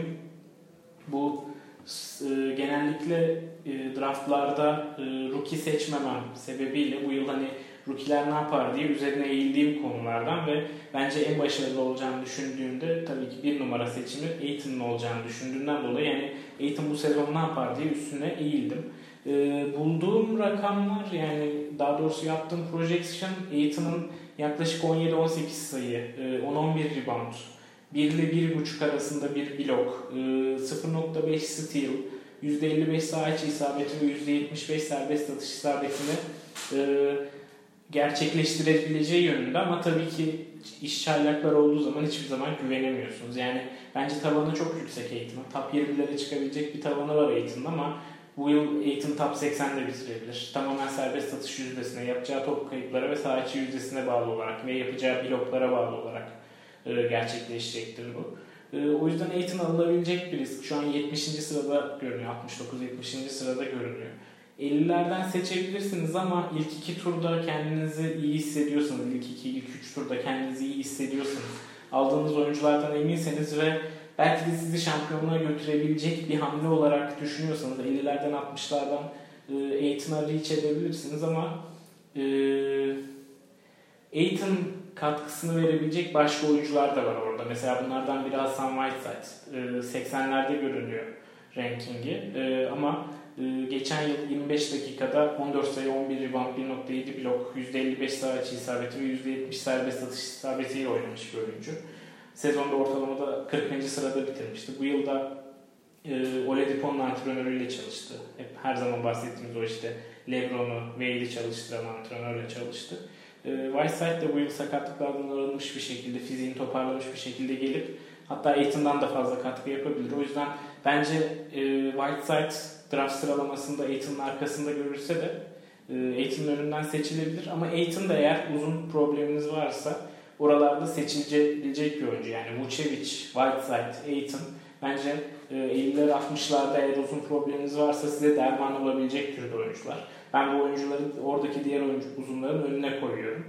bu e, genellikle e, draftlarda e, rookie seçmemem sebebiyle bu yıl hani rookie'ler ne yapar diye üzerine eğildiğim konulardan ve bence en başarılı olacağını düşündüğümde tabii ki bir numara seçimi Ayton'un olacağını düşündüğümden dolayı yani Ayton bu sezon ne yapar diye üstüne eğildim. Ee, bulduğum rakamlar yani daha doğrusu yaptığım projection Ayton'un yaklaşık on yedi on sekiz sayı, on on bir rebound, bir ile bir buçuk arasında bir blok, sıfır nokta beş steal, yüzde elli beş sağ içi isabeti ve yüzde yetmiş beş serbest atış isabetini e, gerçekleştirebileceği yönünde ama tabii ki iş çaylaklar olduğu zaman hiçbir zaman güvenemiyorsunuz. Yani bence tavanı çok yüksek Ayton'un. Top yirmilere çıkabilecek bir tavanı var Ayton'un ama bu yıl Ayton top seksende bitirebilir. Tamamen serbest atış yüzdesine, yapacağı top kayıplara ve saha içi yüzdesine bağlı olarak ve yapacağı bloklara bağlı olarak e, gerçekleşecektir bu. E, o yüzden Ayton alınabilecek bir risk. Şu an yetmişinci sırada görünüyor. altmış dokuz yetmişinci sırada görünüyor. ellilerden seçebilirsiniz ama ilk iki turda kendinizi iyi hissediyorsanız, ilk iki, ilk üç turda kendinizi iyi hissediyorsanız, aldığınız oyunculardan eminseniz ve belki de sizi şampiyonluğa götürebilecek bir hamle olarak düşünüyorsanız ellilerden altmışlardan e, Ayton'a reach edebilirsiniz ama e, Ayton katkısını verebilecek başka oyuncular da var orada. Mesela bunlardan biri Hassan Whiteside. E, seksenlerde görünüyor rankingi e, ama geçen yıl yirmi beş dakikada on dört sayı, on bir rebound, bir nokta yedi blok, yüzde elli beş sağ içi isabeti ve yüzde yetmiş serbest atış isabetiyle oynamış bir oyuncu. Sezonda ortalamada kırkıncı sırada bitirmişti. Bu yılda e, Oladipo'nun antrenörüyle çalıştı. Hep her zaman bahsettiğimiz o işte LeBron'u, Wade'i çalıştıran antrenörle çalıştı. E, Whiteside de bu yıl sakatlıklardan arınmış bir şekilde, fiziğini toparlamış bir şekilde gelip hatta Ayton'dan da fazla katkı yapabilir. O yüzden bence e, Whiteside draft sıralamasında Ayton'un arkasında görülse de e, Ayton'un önünden seçilebilir. Ama Ayton da eğer uzun probleminiz varsa oralarda seçilebilecek bir oyuncu. Yani Vucevic, Whiteside, Ayton bence e, elliler altmışlarda eğer uzun probleminiz varsa size derman olabilecek türde oyuncular. Ben bu oyuncuları oradaki diğer oyuncu uzunların önüne koyuyorum.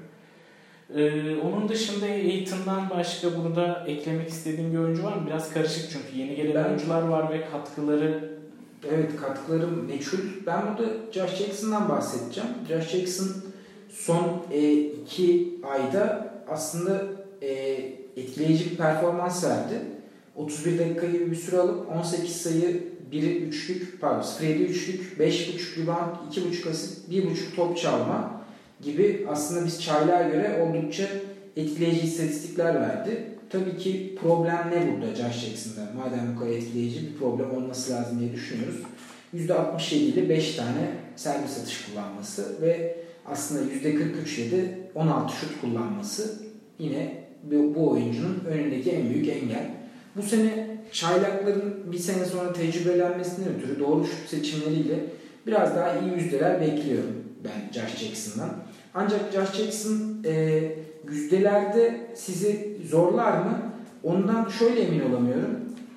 Ee, onun dışında Ayton'dan başka burada eklemek istediğim bir oyuncu var mı? Biraz karışık çünkü yeni gelen ben, oyuncular var ve katkıları... Evet, katkıları meçhul. Ben burada Josh Jackson'dan bahsedeceğim. Josh Jackson son e, iki ayda aslında e, etkileyici bir performans verdi. otuz bir dakika gibi bir süre alıp on sekiz sayı, biri üçlük, pardon sıfır yedi üçlük, beş buçuk rebound, iki buçuk asist, bir buçuk top çalma gibi aslında biz çaylığa göre oldukça etkileyici istatistikler verdi. Tabii ki problem ne burada Josh Jackson'da? Madem bu kadar etkileyici bir problem olması lazım diye düşünüyoruz. yüzde altmış yedi ile beş tane serbest atış kullanması ve aslında yüzde kırk üç ile de on altı şut kullanması yine bu, bu oyuncunun önündeki en büyük engel. Bu sene çaylakların bir sene sonra tecrübelenmesinden ötürü doğru şut seçimleriyle biraz daha iyi yüzdeler bekliyorum ben Josh Jackson'dan. Ancak Josh Jackson e, yüzdelerde sizi zorlar mı? Ondan şöyle emin olamıyorum.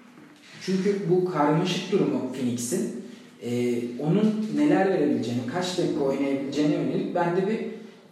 Çünkü bu karmaşık durumu Phoenix'in e, onun neler verebileceğini, kaç dakika oynayabileceğine yönelik bende bir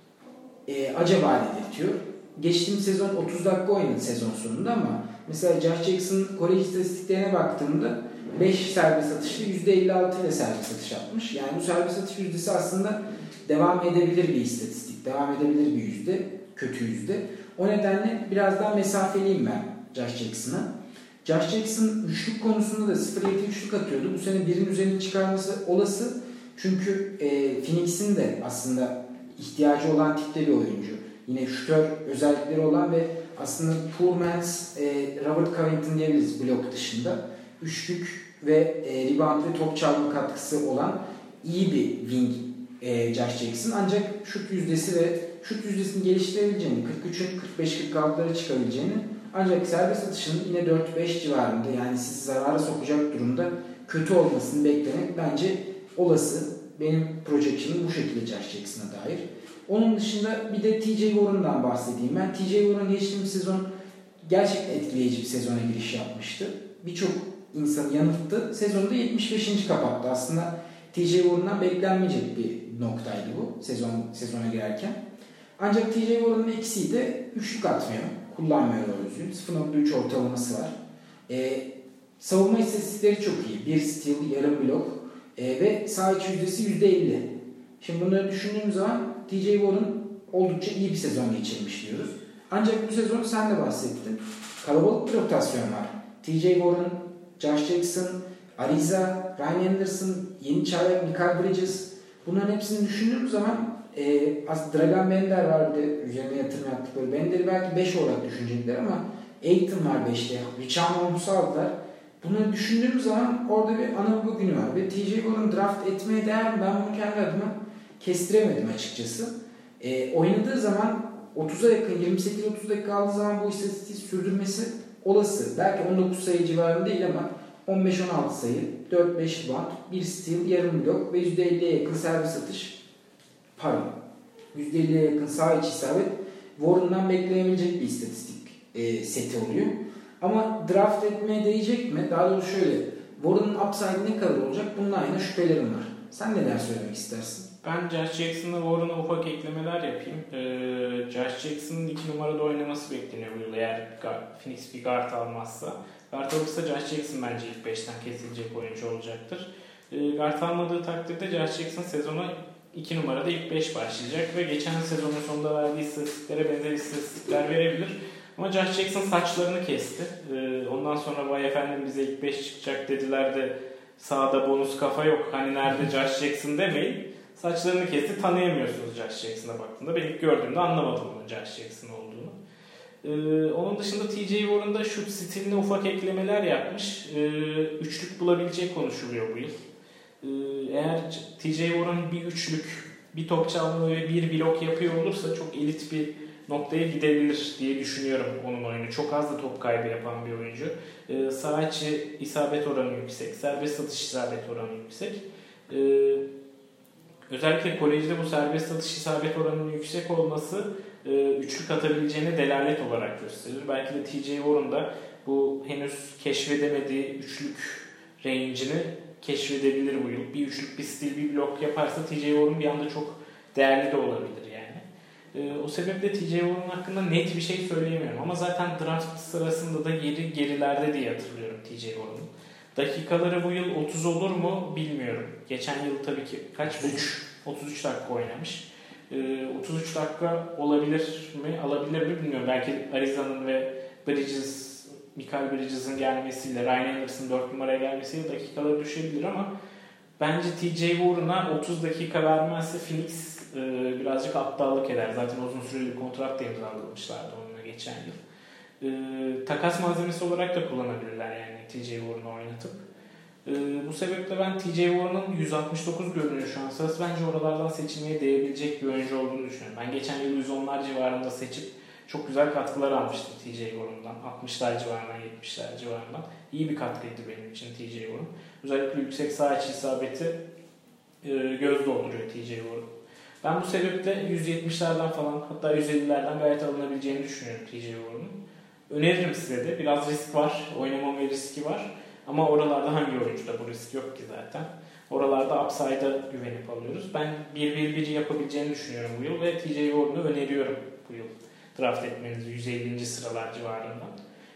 e, acaba dedirtiyor. Geçtiğimiz sezon otuz dakika oynadı sezon sonunda ama mesela Josh Jackson'ın kolej istatistiklerine baktığımda beş serbest atışlı yüzde elli altı ile serbest atış yapmış. Yani bu serbest atış yüzdesi aslında devam edebilir bir istatistik. Devam edebilir bir yüzde. Kötü yüzde. O nedenle biraz daha mesafeliyim ben Josh Jackson'a. Josh Jackson üçlük konusunda da sıfır virgül yedi üçlük atıyordu. Bu sene birin üzerine çıkarması olası. Çünkü e, Phoenix'in de aslında ihtiyacı olan tipte bir oyuncu. Yine şutör özellikleri olan ve aslında poor man's e, Robert Covington diyebiliriz blok dışında. Üçlük ve e, rebound ve top çalma katkısı olan iyi bir wing e, Josh Jackson. Ancak şut yüzdesi ve şut yüzdesini geliştirebileceğini, kırk üçün kırk beş kırk altılara çıkabileceğini, ancak serbest atışının yine dört beş civarında, yani sizi zarara sokacak durumda kötü olmasını beklemek bence olası. Benim projection'ım bu şekilde Josh Jackson'a dair. Onun dışında bir de T J Warren'dan bahsedeyim. Ben T J Warren geçtiğimiz sezon gerçekten etkileyici bir sezona giriş yapmıştı. Birçok insanı yanılttı. Sezonda yetmiş beşinci kapattı. Aslında T J Warren'dan beklenmeyecek bir noktaydı bu sezon sezona girerken. Ancak T J Warren'ın eksiği de üçlük atmıyor. Kullanmıyor o yüzden. sıfır nokta üç ortalaması var. Ee, savunma istatistikleri çok iyi. Bir steal, yarım blok ee, ve sağ içi yüzdesi yüzde elli. Şimdi bunları düşündüğümüz zaman T J Warren oldukça iyi bir sezon geçirmiş diyoruz. Ancak bu sezon sen de bahsettin. Kalabalık bir rotasyon var. T J Warren, Josh Jackson, Ariza, Ryan Anderson, yeni çaylak Mikal Bridges. Bunların hepsini düşündüğümüz zaman e, Dragan Bender var, bir de üzerine yatırım yaptıkları. Bender'i belki beş olarak düşünecekler ama Aiton var beşte. Richard Holmes'u aldılar. Bunları düşündüğümüz zaman orada bir ana baba günü var. Ve T J Warren draft etmeye değer mi? Ben bunu kendi adıma kestiremedim açıkçası. E, oynadığı zaman otuza yakın, yirmi sekiz otuz dakika aldığı zaman bu istatistiği sürdürmesi olası. Belki on dokuz sayı civarında değil ama on beş on altı sayı, dört beş rebound, bir steal, yarım blok ve yüzde elliye yakın serbest atış. Pardon. yüzde elliye yakın sağ içi isabet Warren'dan beklenebilecek bir istatistik e, seti oluyor. Ama draft etmeye değecek mi? Daha doğrusu şöyle. Warren'ın upside ne kadar olacak? Bununla aynı şüphelerim var. Sen neler söylemek istersin? Ben Josh Jackson'la Warren'a ufak eklemeler yapayım. Ee, Josh Jackson'ın iki numarada oynaması bekleniyor bu yıl eğer Phoenix bir guard almazsa. Guard alırsa Josh Jackson bence ilk beşten kesilecek oyuncu olacaktır. Ee, guard almadığı takdirde Josh Jackson sezona iki numarada ilk beş başlayacak ve geçen sezonun sonunda verdiği istatistiklere benzer istatistikler verebilir. Ama Josh Jackson saçlarını kesti. Ee, ondan sonra vay efendim bize ilk beş çıkacak dediler de sahada bonus kafa yok. Hani nerede Josh Jackson demeyin. Saçlarını kesti, tanıyamıyorsunuz Josh Jackson'a baktığında. Ben ilk gördüğümde anlamadım bunun Josh Jackson olduğunu. Ee, onun dışında T J Warren'da şut stiline ufak eklemeler yapmış. Ee, üçlük bulabileceği konuşuluyor bu yıl. Ee, eğer T J Warren bir üçlük, bir top çalma ve bir blok yapıyor olursa çok elit bir noktaya gidebilir diye düşünüyorum onun oyunu. Çok az da top kaybı yapan bir oyuncu. Ee, sağ içi isabet oranı yüksek, serbest atış isabet oranı yüksek. Ee, Özellikle kolejde bu serbest atış isabet oranının yüksek olması e, üçlük atabileceğine delalet olarak gösterir. Belki de T J Warren da bu henüz keşfedemediği üçlük range'ini keşfedebilir bu yıl. Bir üçlük, bir steal, bir blok yaparsa T J Warren bir anda çok değerli de olabilir yani. E, o sebeple T J Warren hakkında net bir şey söyleyemiyorum. Ama zaten draft sırasında da yeri gerilerde diye hatırlıyorum T J Warren'ın. Dakikaları bu yıl otuz olur mu bilmiyorum. Geçen yıl tabii ki kaç? otuz üç dakika oynamış. Ee, otuz üç dakika olabilir mi? Alabilir mi bilmiyorum. Belki Ariza'nın ve Bridges, Mikal Bridges'in gelmesiyle, Ryan Anderson'ın dört numaraya gelmesiyle dakikaları düşebilir ama bence T J Warren'a otuz dakika vermezse Phoenix e, birazcık aptallık eder. Zaten uzun süreli bir kontrat da imzalamışlardı onunla geçen yıl. E, takas malzemesi olarak da kullanabilirler yani T J Warren'ı oynatıp. E, bu sebeple ben T J Warren'ın yüz altmış dokuz görünüyor şu an. Sırası bence oralardan seçilmeye değebilecek bir oyuncu olduğunu düşünüyorum. Ben geçen yıl yüz onlar civarında seçip çok güzel katkılar almıştım T J Warren'dan. altmışlar civarından, yetmişler civarından. İyi bir katkıydı benim için T J Warren. Özellikle yüksek sağ içi isabeti e, göz dolduruyor T J Warren. Ben bu sebeple yüz yetmişlerden falan hatta yüz ellilerden gayet alınabileceğini düşünüyorum T J Warren'ın. Öneririm size de. Biraz risk var. Oynamama riski var. Ama oralarda hangi oyuncuda bu risk yok ki zaten. Oralarda upside'a güvenip alıyoruz. Ben bir bir bir yapabileceğini düşünüyorum bu yıl ve T J Warren'ı öneriyorum bu yıl. Draft etmenizi yüz ellinci sıralar civarında.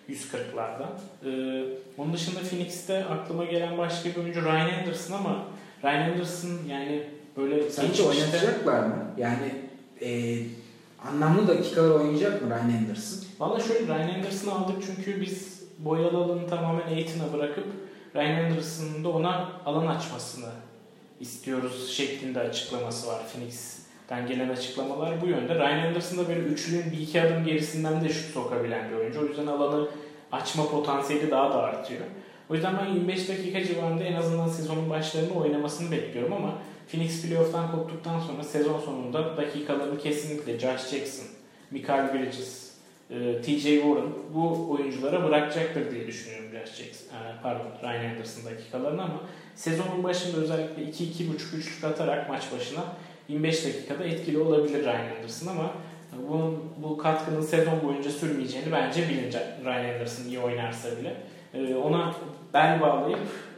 yüz kırklarda. Ee, onun dışında Phoenix'te aklıma gelen başka bir oyuncu Ryan Anderson ama Ryan Anderson yani böyle sence oynatacaklar mı? Yani e, anlamlı dakikalar oynayacak mı Ryan Anderson? Valla şöyle, Ryan Anderson'ı aldık çünkü biz boyalı alanı tamamen Aiton'a bırakıp Ryan Anderson'ın da ona alan açmasını istiyoruz şeklinde açıklaması var. Phoenix'ten gelen açıklamalar bu yönde. Ryan Anderson da böyle üçlünün bir iki adım gerisinden de şut sokabilen bir oyuncu. O yüzden alanı açma potansiyeli daha da artıyor. O yüzden ben yirmi beş dakika civarında en azından sezonun başlarında oynamasını bekliyorum ama Phoenix playoff'tan koptuktan sonra sezon sonunda dakikalarını kesinlikle Josh Jackson, Mikal Bridges, T J Warren bu oyunculara bırakacaktır diye düşünüyorum Josh Jackson, pardon Ryan Anderson dakikalarını ama sezonun başında özellikle iki iki buçuk üçlük atarak maç başına yirmi beş dakikada etkili olabilir Ryan Anderson ama bunun, bu katkının sezon boyunca sürmeyeceğini bence bilince Ryan Anderson iyi oynarsa bile ona bel bağlayıp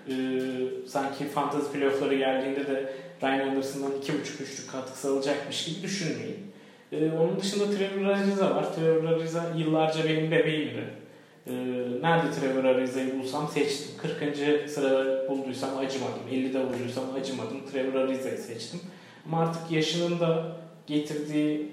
sanki fantasy playoff'ları geldiğinde de Ryan Anderson'dan iki buçuk üçlük katkısı alacakmış gibi düşünmeyin. Ee, onun dışında Trevor Ariza var. Trevor Ariza yıllarca benim bebeğimdi. Ee, nerede Trevor Ariza'yı bulsam seçtim. kırkıncı sırada bulduysam acımadım. ellide bulduysam acımadım. Trevor Ariza'yı seçtim. Ama artık yaşının da getirdiği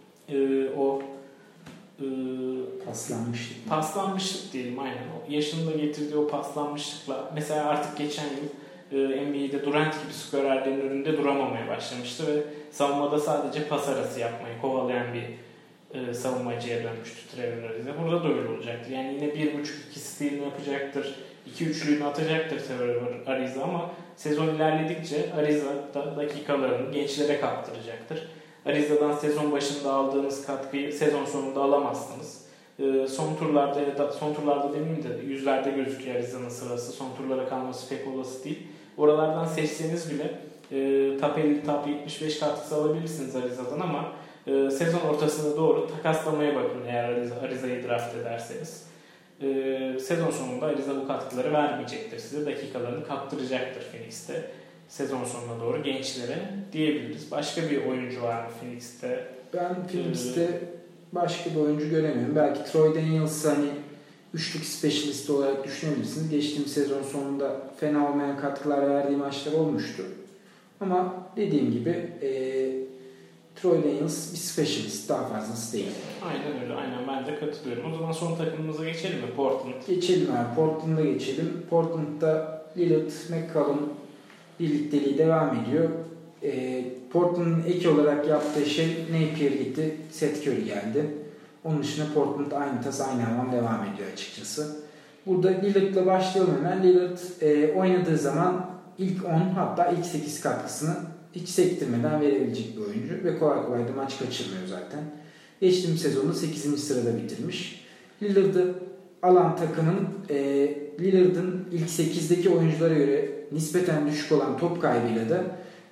e, o e, paslanmışlık. Paslanmışlık diyelim aynen. O yaşının da getirdiği o paslanmışlıkla mesela artık geçen yıl N B A'de Durant gibi skorerlerin önünde duramamaya başlamıştı ve savunmada sadece pas arası yapmayı kovalayan bir e, savunmacıya dönmüştü Trevor Ariza. Burada da öyle olacaktır. Yani yine bir buçuk iki steal'ini yapacaktır. iki üçlüğünü atacaktır Trevor Ariza ama sezon ilerledikçe Ariza da dakikalarını gençlere kaptıracaktır. Ariza'dan sezon başında aldığınız katkıyı sezon sonunda alamazsınız. E, son turlarda ya da son turlarda demeyeyim de yüzlerde gözüküyor Ariza'nın sırası. Son turlara kalması pek olası değil. Oralardan seçseniz bile e, top elli, top yetmiş beş katkısı alabilirsiniz Ariza'dan ama e, sezon ortasına doğru takaslamaya bakın eğer Ariza, Ariza'yı draft ederseniz. E, sezon sonunda Ariza bu katkıları vermeyecektir size. Dakikalarını kaptıracaktır Phoenix'te. Sezon sonuna doğru gençlere diyebiliriz. Başka bir oyuncu var mı Phoenix'te? Ben Phoenix'te ee, başka bir oyuncu göremiyorum. Belki Troy Daniels hani üçlük specialist olarak düşünebilirsiniz. Geçtiğimiz sezon sonunda fena olmayan katkılar verdiği maçlar olmuştu. Ama dediğim gibi e, Troy Daniels bir specialist, daha fazlası değil. Aynen öyle. Aynen ben de katılıyorum. O zaman son takımımıza geçelim mi? Portland. Geçelim abi. Portland'a geçelim. Portland'da Lillard, McCollum birlikteliği devam ediyor. E, Portland'ın ek olarak yaptığı şey Napier gitti, Seth Curry geldi. Onun dışında Portland aynı tas aynı hamam devam ediyor açıkçası. Burada Lillard'la başlayalım hemen. Lillard e, oynadığı zaman ilk on hatta ilk sekiz katkısını hiç sektirmeden verebilecek bir oyuncu ve kolay kolay da maç kaçırmıyor zaten. Geçtiğimiz sezonda sekizinci sırada bitirmiş. Lillard'ı alan takımın e, Lillard'ın ilk sekizdeki oyunculara göre nispeten düşük olan top kaybıyla da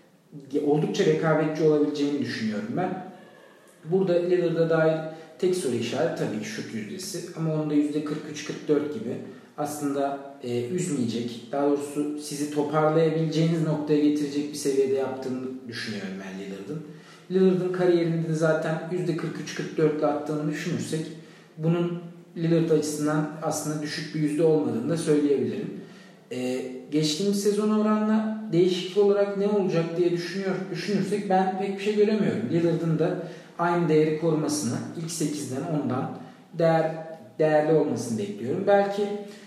oldukça rekabetçi olabileceğini düşünüyorum ben. Burada Lillard'a dair tek soru işareti tabii ki şut yüzdesi ama onda yüzde kırk üç kırk dört gibi aslında e, üzmeyecek, daha doğrusu sizi toparlayabileceğiniz noktaya getirecek bir seviyede yaptığını düşünüyorum ben Lillard'ın. Lillard'ın kariyerinde de zaten yüzde kırk üç kırk dört ile attığını düşünürsek bunun Lillard açısından aslında düşük bir yüzde olmadığını da söyleyebilirim. Ee, geçtiğimiz sezon oranla değişiklik olarak ne olacak diye düşünüyor, düşünürsek ben pek bir şey göremiyorum. Lillard'ın da aynı değeri korumasını ilk sekizden ondan değer, değerli olmasını bekliyorum. Belki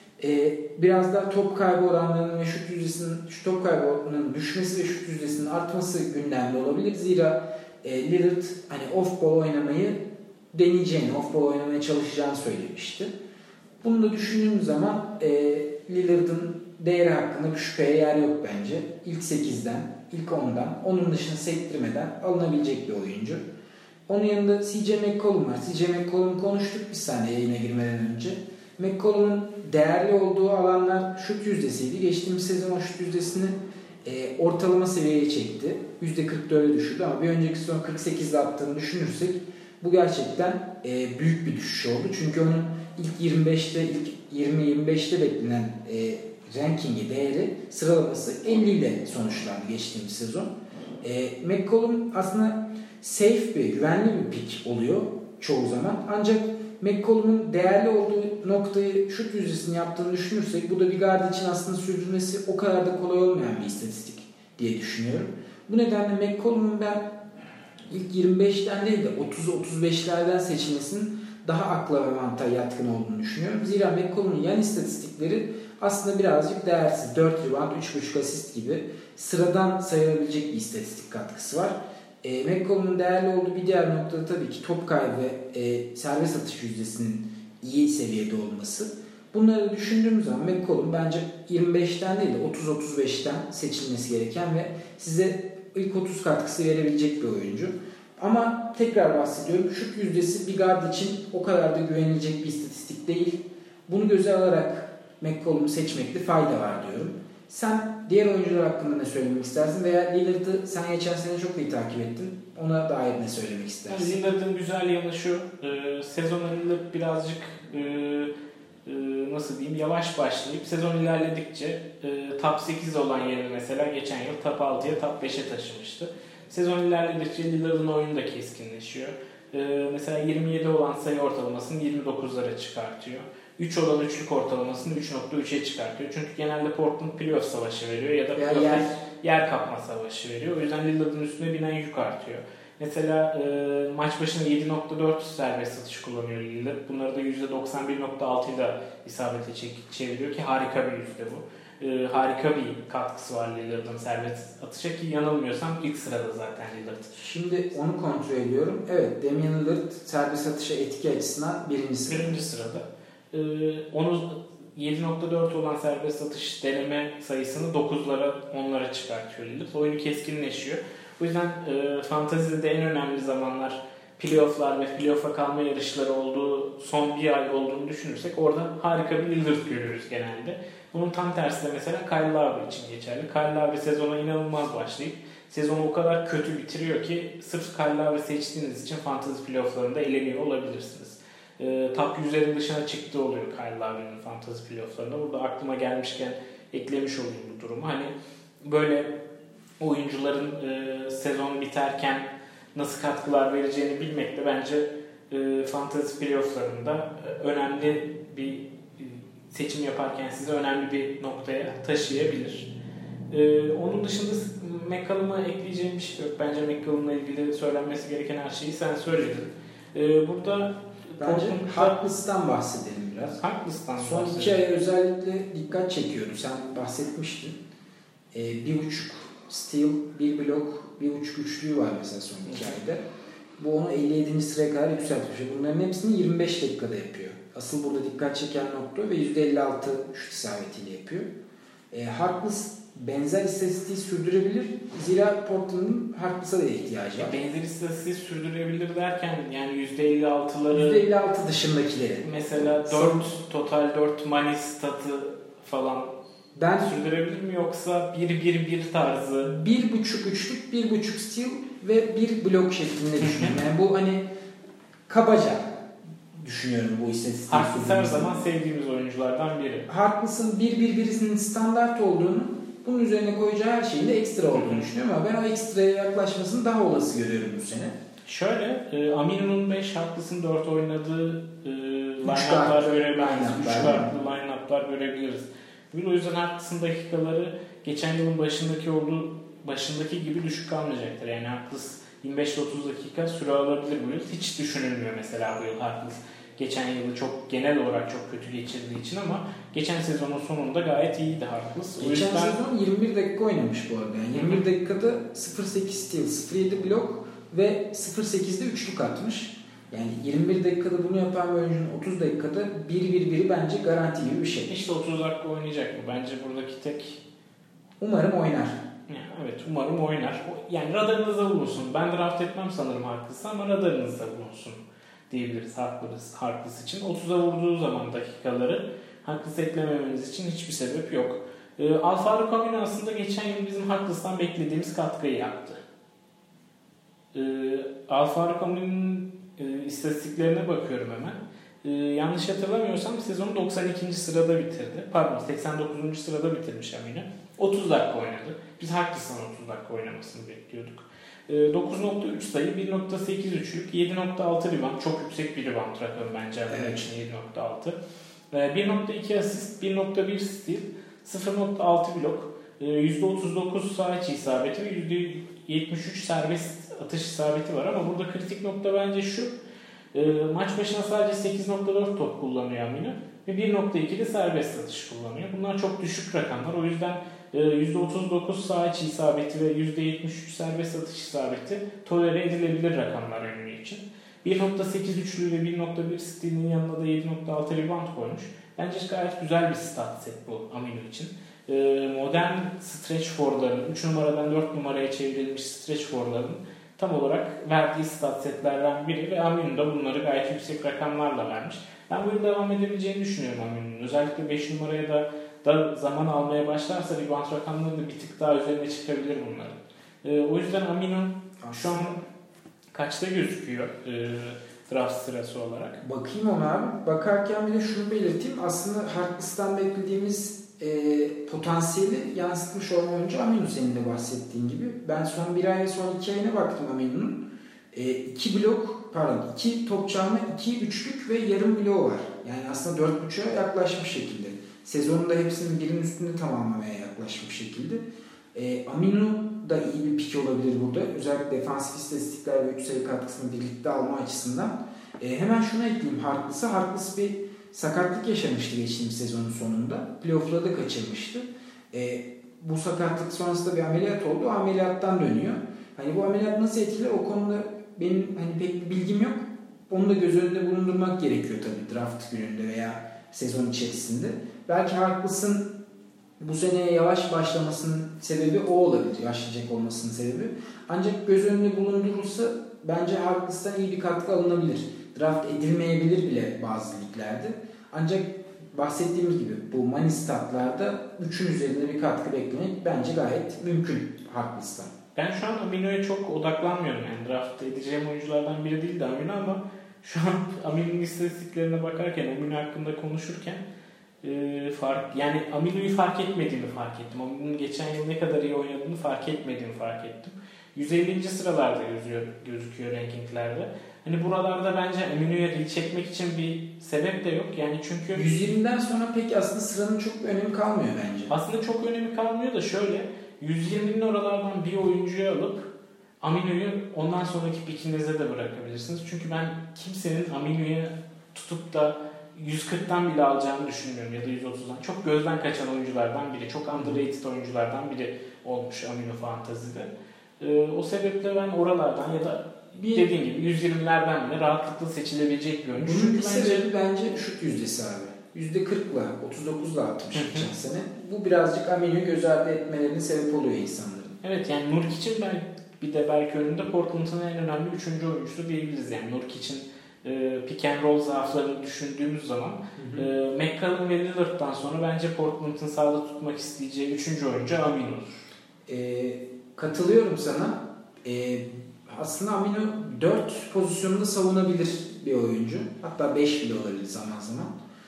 e, biraz daha top kaybı oranlarının ve şut yüzdesinin, şu top kaybı oranlarının düşmesi ve şut yüzdesinin artması gündemde olabilir. Zira e, Lillard hani off-ball oynamayı deneyeceğini, off-ball oynamaya çalışacağını söylemişti. Bunu da düşündüğümüz zaman e, Lillard'ın değeri hakkında bir şüpheye yer yok bence. İlk sekizden, ilk ondan, onun dışını sektirmeden alınabilecek bir oyuncu. Onun yanında C J McCollum var. C J McCollum konuştuk bir saniye yayına girmeden önce. McCollum'un değerli olduğu alanlar şut yüzdesiydi. Geçtiğimiz sezon o şut yüzdesini e, ortalama seviyeye çekti. yüzde kırk dörde düşürdü ama bir önceki sezon kırk sekizde attığını düşünürsek bu gerçekten e, büyük bir düşüş oldu. Çünkü onun ilk yirmi beşte, ilk yirmi yirmi beşte beklenen e, rankingi, değeri, sıralaması elli ile sonuçlandı geçtiğimiz sezon. E, McCollum aslında safe bir, güvenli bir pick oluyor çoğu zaman. Ancak McCollum'un değerli olduğu noktayı şut yüzdesini yaptığını düşünürsek bu da bir guard için aslında sürdürmesi o kadar da kolay olmayan bir istatistik diye düşünüyorum. Bu nedenle McCollum'un ben ilk yirmi beşten değil de otuz otuz beşlerden seçilmesinin daha akla ve mantığa yatkın olduğunu düşünüyorum. Zira McCollum'un yan istatistikleri aslında birazcık değersiz. dört rebound, üç buçuk asist gibi sıradan sayılabilecek bir istatistik katkısı var. E, McCollum'un değerli olduğu bir diğer nokta tabii ki top kaybı ve e, serbest atış yüzdesinin iyi seviyede olması. Bunları düşündüğümüz zaman McCollum bence yirmi beşten değil de otuz otuz beşten seçilmesi gereken ve size ilk otuz katkısı verebilecek bir oyuncu. Ama tekrar bahsediyorum, şut yüzdesi bir guard için o kadar da güvenilecek bir istatistik değil. Bunu göze alarak McCollum'u seçmekte fayda var diyorum. Sen diğer oyuncular hakkında ne söylemek istersin veya Lillard'ı sen geçen sene çok iyi takip ettin. Ona dair ne söylemek istersin? Lillard'ın güzel yanı şu, e, sezona Lillard birazcık e, e, nasıl diyeyim yavaş başlayıp sezon ilerledikçe e, top sekiz olan yerini mesela geçen yıl top altıya top beşe taşımıştı. Sezon ilerledikçe Lillard'ın oyunu da keskinleşiyor. E, mesela yirmi yedi olan sayı ortalamasını yirmi dokuzlara çıkartıyor. üç olan üçlük ortalamasını üç nokta üçe çıkartıyor. Çünkü genelde Portland playoff savaşı veriyor ya da yani yer. yer kapma savaşı veriyor. O yüzden Lillard'ın üstüne binen yük artıyor. Mesela e, maç başına yedi nokta dört serbest atış kullanıyor Lillard. Bunları da yüzde doksan bir nokta altı ile isabete çeviriyor ki harika bir yüzde bu. E, harika bir katkısı var Lillard'ın serbest atışa ki yanılmıyorsam ilk sırada zaten Lillard. Şimdi onu kontrol ediyorum. Evet, Damian Lillard serbest atışa etki açısından birinci sırada. Birinci sırada. Ee, onu yedi nokta dört olan serbest atış deneme sayısını dokuzlara onlara çıkartıyor Lillard. Oyunu keskinleşiyor. O yüzden e, fantazide en önemli zamanlar playofflar ve playoff'a kalma yarışları olduğu son bir ay olduğunu düşünürsek orada harika bir Lillard görüyoruz genelde. Bunun tam tersi de mesela Kyle Lowry için geçerli. Kyle Lowry sezona inanılmaz başlayıp sezonu o kadar kötü bitiriyor ki sırf Kyle Lowry seçtiğiniz için fantasy playofflarında eleniyor olabilirsiniz. E, top yüzlerin dışına çıktığı oluyor Kyle Lowry'nin fantasy playofflarında. Burada aklıma gelmişken eklemiş olayım bu durumu. Hani böyle oyuncuların e, sezon biterken nasıl katkılar vereceğini bilmek de bence e, fantasy playofflarında e, önemli bir e, seçim yaparken size önemli bir noktaya taşıyabilir. E, onun dışında McCollum'a ekleyeceğim bir şey yok. Bence McCollum'la ilgili söylenmesi gereken her şeyi sen söyledin. E, burada bence Harkless'tan bahsedelim biraz. Harkless'tan Son bahsedelim. iki aya özellikle dikkat çekiyorum. Sen bahsetmiştin. E, bir buçuk steal, bir blok, bir buçuk üçlüğü var mesela son iki ayda. Bu onu elli yedinci sıraya kadar yükseltmiş. Bunların hepsini yirmi beş dakikada yapıyor. Asıl burada dikkat çeken nokta ve yüzde elli altı şut isabetiyle yapıyor. E, Harkless benzer istatistiği sürdürebilir. Zira Portland'ın Harkless'a da ihtiyacı var. Benzer istatistiği sürdürebilir derken yani yüzde elli altıları yüzde elli altı dışındakileri. Mesela dört total dört money statı falan ben sürdürebilir mi yoksa bir bir bir tarzı bir buçuk üçlük, bir buçuk steal ve bir blok şeklinde düşünüyorum. Yani bu hani kabaca düşünüyorum bu istatistiği. Harkless her zaman sevdiğimiz oyunculardan biri. Harkless'ın bir bir birisinin standart olduğunu, bunun üzerine koyacağı her şeyin de ekstra olduğunu düşünüyorum ama ben o ekstraya yaklaşmasını daha olası görüyorum bu sene. Şöyle, e, Aminu'nun beş, Harkless'ın dört oynadığı e, line-up'lar görebiliriz. üç farklı line-up'lar görebiliriz. O yüzden Harkless'ın dakikaları geçen yılın başındaki olduğu başındaki gibi düşük kalmayacaktır. Yani Harkless yirmi beş otuz dakika süre alabilir bu yıl. Hiç düşünülmüyor mesela bu yıl Harkless. Geçen yılı çok genel olarak çok kötü geçirdiği için ama geçen sezonun sonunda gayet iyiydi Harkless. Geçen yüzden... sezon yirmi bir dakika oynamış bu arada. Yani yirmi bir dakikada sıfır sekiz steal, sıfır yedi blok ve sıfır sekizde üçlük atmış. Yani yirmi bir dakikada bunu yapan bir oyuncunun otuz dakikada bir bir biri bence garanti gibi bir şey. İşte otuz dakika oynayacak mı? Bence buradaki tek... Umarım oynar. Yani evet umarım oynar. Yani radarınızda bulunsun. Ben draft etmem sanırım Harkless'ı ama radarınızda bulunsun diyebiliriz Harkless, Harkless için. otuza vurduğu zaman dakikaları Harkless eklememeniz için hiçbir sebep yok. Ee, Al-Farouq Aminu aslında geçen yıl bizim Harkless'tan beklediğimiz katkıyı yaptı. Ee, Al-Farouq Aminu'nun e, istatistiklerine bakıyorum hemen. Ee, yanlış hatırlamıyorsam sezonu doksan ikinci sırada bitirdi. Pardon seksen dokuzuncu sırada bitirmiş Aminu. otuz dakika oynadı. Biz Harkless'ın otuz dakika oynamasını bekliyorduk. dokuz nokta üç sayı, bir nokta sekiz üçlük, yedi nokta altı rebound. Çok yüksek bir rebound rakamı bence Aminu evet. için yedi nokta altı. bir nokta iki asist, bir nokta bir steal, sıfır nokta altı blok, yüzde otuz dokuz sağ içi isabeti ve yüzde yetmiş üç serbest atış isabeti var ama burada kritik nokta bence şu. Maç başına sadece sekiz nokta dört top kullanıyor Aminu ve bir nokta iki de serbest atış kullanıyor. Bunlar çok düşük rakamlar. O yüzden yüzde otuz dokuz sağ içi isabeti ve yüzde yetmiş üç serbest atış isabeti tolere edilebilir rakamlar Aminu için. bir nokta sekiz üçlü ve bir nokta bir steal'in yanına da yedi nokta altı rebound koymuş. Bence gayet güzel bir stat set bu Aminu için. Modern stretch four'ların, üç numaradan dört numaraya çevrilmiş stretch four'ların tam olarak verdiği stat setlerden biri ve Aminu da bunları gayet yüksek rakamlarla vermiş. Ben bu yıl devam edebileceğini düşünüyorum Aminu'nun. Özellikle beş numaraya da, da zaman almaya başlarsa rebound rakamları da bir tık daha üzerine çıkabilir bunların. Ee, o yüzden Aminu şu an kaçta gözüküyor e, draft sırası olarak? Bakayım ona abi. Bakarken bir de şunu belirteyim. Aslında Harkless'tan beklediğimiz e, potansiyeli yansıtmış olan oyuncu Aminu, senin de bahsettiğin gibi. Ben son bir ay ve son iki ayına baktım Aminu'nun. E, iki blok, pardon iki top çalma, iki üçlük ve yarım bloğu var. Yani aslında dört buçuğa yaklaşmış şekilde. Sezonunda hepsinin birinin üstünde tamamlamaya yaklaşmış şekilde. E, Aminu da iyi bir pik olabilir burada. Özellikle defansif istatistikler ve üç sayı katkısını birlikte alma açısından. E, hemen şunu ekleyeyim Harkless'a. Harkless bir sakatlık yaşamıştı geçtiğimiz sezonun sonunda. Playoff'ları da kaçırmıştı. E, bu sakatlık sonrasında bir ameliyat oldu. O ameliyattan dönüyor. Hani bu ameliyat nasıl etkiler o konuda benim hani pek bir bilgim yok. Onu da göz önünde bulundurmak gerekiyor tabii draft gününde veya sezon içerisinde. Belki Harkless'ın bu seneye yavaş başlamasının sebebi o olabilir. Yaşlayacak olmasının sebebi. Ancak göz önünde bulundurulsa bence Harkless'tan iyi bir katkı alınabilir. Draft edilmeyebilir bile bazı liglerde. Ancak bahsettiğimiz gibi bu money statlarda üçün üzerinde bir katkı beklemek bence gayet mümkün Harkless'tan. Ben şu an Aminu'ya çok odaklanmıyorum. Yani draft edeceğim oyunculardan biri değil de Aminu ama şu an Aminu'nun istatistiklerine bakarken, Aminu hakkında konuşurken e, fark yani Aminu'yu fark etmediğimi fark ettim. Aminu'nun geçen yıl ne kadar iyi oynadığını fark etmediğimi fark ettim. yüz ellinci sıralarda gözüküyor, gözüküyor rankinglerde. Hani buralarda bence Aminu'ya el çekmek için bir sebep de yok. Yani çünkü yüz yirmiden sonra pek aslında sıranın çok bir önemi kalmıyor bence. Aslında çok önemi kalmıyor da şöyle, yüz yirminin oralardan bir oyuncuyu alıp Aminu'yu ondan sonraki pikinize de bırakabilirsiniz. Çünkü ben kimsenin Aminu'yu tutup da yüz kırktan bile alacağını düşünmüyorum ya da yüz otuzdan. Çok gözden kaçan oyunculardan biri, çok underrated oyunculardan biri olmuş Aminu Fantasy'de. Ee, o sebeple ben oralardan ya da bir, dediğim gibi yüz yirmilerden bile rahatlıkla seçilebilecek bir oyuncu. Bunun bir sebebi bence şut yüzdesi abi. yüzde kırkla otuz dokuzla atmış geçen sene. Bu birazcık Aminu'yu göz ardı etmelerinin sebep oluyor insanların. Evet yani Nurkic'in ben bir de belki önünde Portland'ın en önemli üçüncü oyuncusu diyebiliriz. Yani Nurkic'in e, pick and roll zaaflarını düşündüğümüz zaman hı hı. e, McCallum ve Lillard'dan sonra bence Portland'ın sahada tutmak isteyeceği üçüncü oyuncu Aminu'dur. E, katılıyorum sana. E, aslında Aminu dört pozisyonunda savunabilir bir oyuncu. Hatta beş bile olabilir zaman zaman.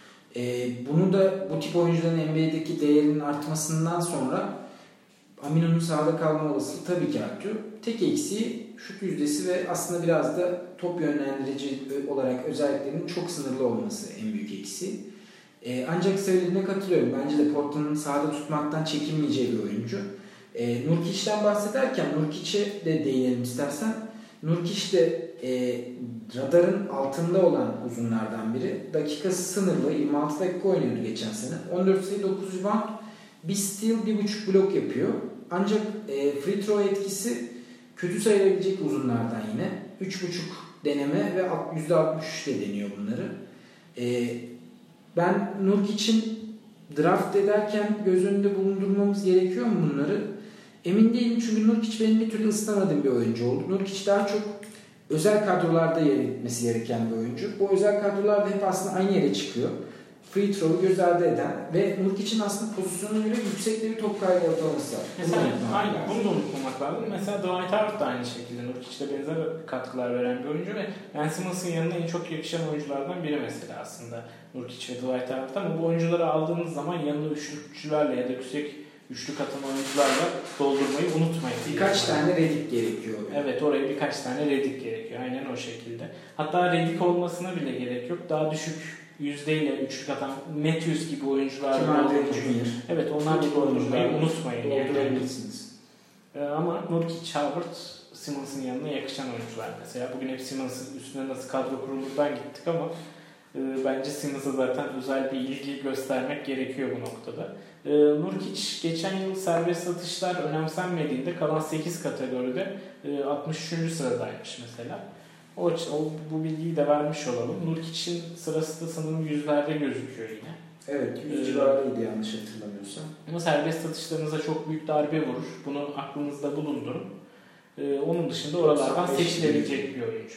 Ee, bunu da bu tip oyuncuların N B A'deki değerinin artmasından sonra Aminu'nun sahada kalma olasılığı tabii ki artıyor. Tek eksiği şut yüzdesi ve aslında biraz da top yönlendirici olarak özelliklerinin çok sınırlı olması en büyük eksiği. Ee, ancak söylediğine katılıyorum. Bence de Portland'ın sahada tutmaktan çekinmeyeceği bir oyuncu. Ee, Nurkic'den bahsederken Nurkic'e de değinelim istersen. Nurkic de e, radarın altında olan uzunlardan biri. Dakikası sınırlı. yirmi altı dakika oynuyordu geçen sene. on dört sayı dokuz rebound. Bir steal, bir buçuk blok yapıyor. Ancak e, free throw etkisi kötü sayılabilecek uzunlardan yine. üç buçuk deneme ve yüzde altmış üç de deniyor bunları. E, ben Nurkic'in draft ederken göz önünde bulundurmamız gerekiyor mu bunları? Emin değilim çünkü Nurkic benim bir türlü ısınamadığım bir oyuncu oldu. Nurkic daha çok özel kadrolarda yer etmesi gereken bir oyuncu. Bu özel kadrolarda hep aslında aynı yere çıkıyor. Free throw'u göz ardı eden ve Nurkic'in aslında pozisyonuna göre yüksek bir top kaybı ortalaması var. Mesela aynı bunu da unutmamak lazım. Mesela Dwight Howard da aynı şekilde Nurkic'le benzer katkılar veren bir oyuncu ve Ben Simmons'ın yanına en çok yakışan oyunculardan biri mesela aslında Nurkic ve Dwight Howard. Ama bu oyuncuları aldığınız zaman yanına üçlükçülerle ya da yüksek üçlük atan oyuncularla doldurmayı unutmayın. Birkaç tane Redick gerekiyor. Evet, oraya birkaç tane Redick gerekiyor. Aynen o şekilde. Hatta Redick olmasına bile gerek yok. Daha düşük yüzdeyle üçlük atan Matthews gibi oyuncular. Kim Andre Junior Evet, onlar gibi doldurmayı unutmayın. Doldurabilirsiniz. Yani. Ama Nurkic, Howard, Simmons'ın yanına yakışan oyuncular mesela. Bugün hep Simmons'ın üstüne nasıl kadro kurulurdan gittik ama e, bence Simmons'a zaten özel bir ilgi göstermek gerekiyor bu noktada. E, Nurkic geçen yıl serbest atışlar önemsenmediğinde kalan sekiz kategoride e, altmış üçüncü sıradaymış mesela. O, o bu bilgiyi de vermiş olalım. Nurkic'in sırası da sanırım yüzlerde gözüküyor yine. Evet, yüz civarıydı yanlış hatırlamıyorsam. Ama serbest atışlarınıza çok büyük darbe vurur. Bunu aklınızda bulundurun. Ee, onun dışında oralardan seçilebilecek bir oyuncu.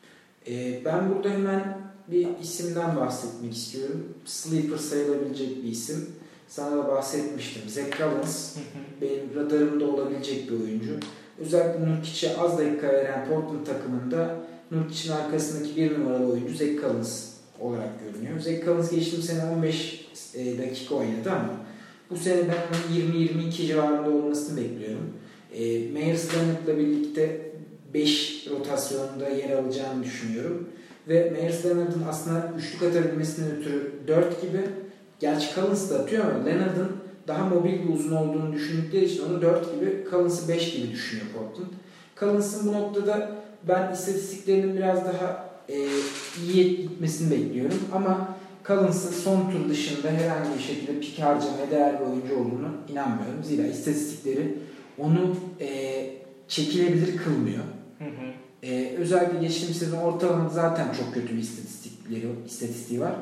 Ee, ben burada hemen bir isimden bahsetmek istiyorum. Sleeper sayılabilecek bir isim. Sana da bahsetmiştim. Zach Collins. Hı hı. Benim radarımda olabilecek bir oyuncu. Özellikle Nurkic'e az dakika veren Portland takımında Nurkic'in arkasındaki bir numaralı oyuncu Zach Collins olarak görünüyor. Zach Collins geçtiğimiz sene on beş dakika oynadı ama bu sene ben onun yirmi yirmi iki civarında olmasını bekliyorum. E, Meyers Leonard'la birlikte beş rotasyonunda yer alacağını düşünüyorum. Ve Meyers Leonard'ın aslında üçlük atabilmesinden ötürü dört gibi, gerçi Collins da atıyor ama Leonard'ın daha mobil bir uzun olduğunu düşündükleri için onu dört gibi, Collins'ı beş gibi düşünüyor Portland. Collins'ın bu noktada ben istatistiklerinin biraz daha e, iyi gitmesini bekliyorum ama Collins'ın son tur dışında herhangi bir şekilde pik harcamaya değer bir oyuncu olduğunu inanmıyorum. Zira istatistikleri onu e, çekilebilir kılmıyor. Hı hı. E, özellikle geçtiğimiz sezon ortalamada zaten çok kötü bir istatistikleri, istatistiği var.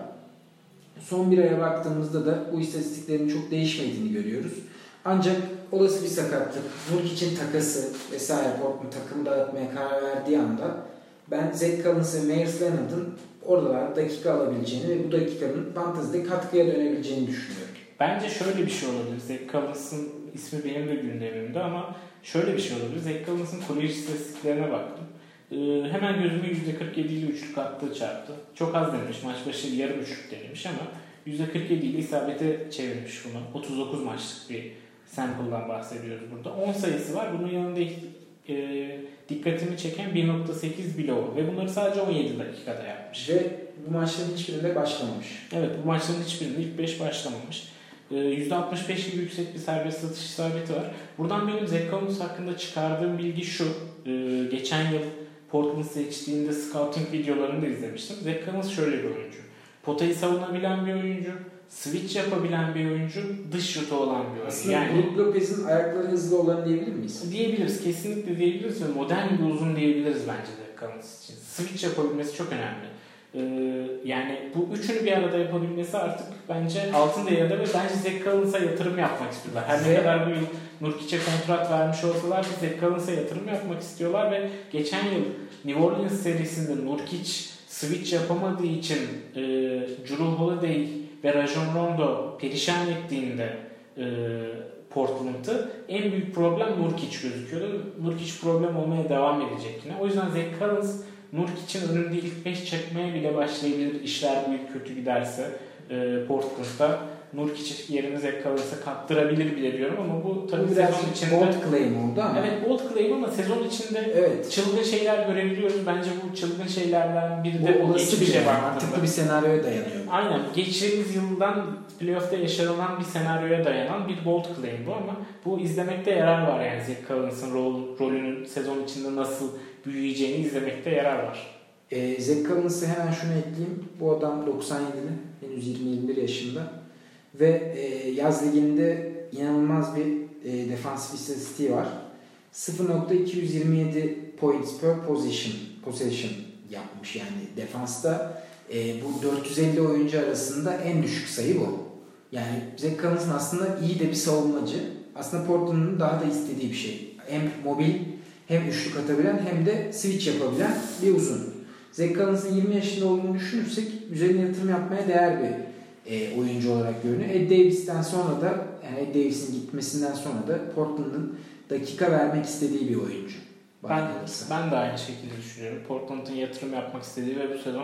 Son bir aya baktığımızda da bu istatistiklerin çok değişmediğini görüyoruz. Ancak olası bir sakatlık, Nurkic'in takası vesaire Portland takımı dağıtmaya karar verdiği anda ben Zach Collins ve Meyers Leonard'ın oralarda dakika alabileceğini ve bu dakikanın fantezide katkıya dönebileceğini düşünüyorum. Bence şöyle bir şey olabilir. Zach Collins'ın ismi benim de gündemimde ama şöyle bir şey olabilir. Zach Collins'ın kolej istatistiklerine baktım. Ee, hemen gözüme yüzde kırk yedi ile üçlük attığı çarptı. Çok az denemiş. Maç başı yarım üçlük denemiş ama yüzde kırk yedi ile isabete çevirmiş bunu. otuz dokuz maçlık bir sample'dan bahsediyoruz burada. on sayısı var. Bunun yanında e, dikkatimi çeken bir nokta sekiz blow ve bunları sadece on yedi dakikada yapmış. Ve bu maçların hiçbirinde başlamamış. Evet, bu maçların hiçbirinde ilk beş başlamamış. E, yüzde altmış beş gibi yüksek bir serbest atış isabeti var. Buradan benim Zach Collins hakkında çıkardığım bilgi şu. E, geçen yıl Portland seçtiğinde scouting videolarını da izlemiştim. Zach Collins şöyle bir oyuncu. Potayı savunabilen bir oyuncu, switch yapabilen bir oyuncu, dış şutu olan bir oyuncu. Aslında yani, Brook Lopez'in ayakları hızlı olan diyebilir miyiz? Diyebiliriz. Kesinlikle diyebiliriz ve modern bir uzun diyebiliriz bence de Collins için. Switch yapabilmesi çok önemli. Ee, yani bu üçünü bir arada yapabilmesi artık bence altın değerinde ve bence Zach Collins'a yatırım yapmak istiyorlar. Her ne kadar bu yıl Nurkic'e kontrat vermiş olsalar da Zach Collins'a yatırım yapmak istiyorlar ve geçen yıl New Orleans serisinde Nurkic switch yapamadığı için e, Jrue Holiday ve Rajon Rondo perişan ettiğinde e, Portland'ı en büyük problem Nurkic gözüküyordu. Nurkic problem olmaya devam edecek yine. O yüzden Zach Collins Nurkic'in önünde ilk beş çekmeye bile başlayabilir işler bu yıl kötü giderse e, Portland'da. Nurkic yerini Zach Collins'a kattırabilir bile diyorum ama bu tabii bu sezon içinde bold claim oldu ama. Evet, bold claim ama sezon içinde evet, çılgın şeyler görebiliyoruz. Bence bu çılgın şeylerden biri de bu olası bir şey. Mantıklı bir senaryoya dayanıyor. Aynen. Geçtiğimiz yıldan playoff'ta yaşanılan bir senaryoya dayanan bir bold claim bu ama bu izlemekte yarar var yani Zach Collins'ın rol, rolünün sezon içinde nasıl büyüyeceğini izlemekte yarar var. Ee, Zach Collins'ı hemen şunu ekleyeyim. Bu adam doksan yedili. Henüz yirmi yirmi bir yaşında. Ve e, yaz liginde inanılmaz bir e, defansif istatistiği var. sıfır nokta iki yüz yirmi yedi points per possession, possession yapmış yani defansta. E, bu dört yüz elli oyuncu arasında en düşük sayı bu. Yani Zach Collins'ın aslında iyi de bir savunmacı. Aslında Portland'ın daha da istediği bir şey. Hem mobil, hem üçlük atabilen, hem de switch yapabilen bir uzun. Zach Collins'ın yirmi yaşında olduğunu düşünürsek üzerine yatırım yapmaya değer bir E, oyuncu olarak görünüyor. Ed Davis'ten sonra da yani Ed Davis'in gitmesinden sonra da Portland'ın dakika vermek istediği bir oyuncu. Ben, ben de aynı şekilde düşünüyorum. Portland'ın yatırım yapmak istediği ve bu sezon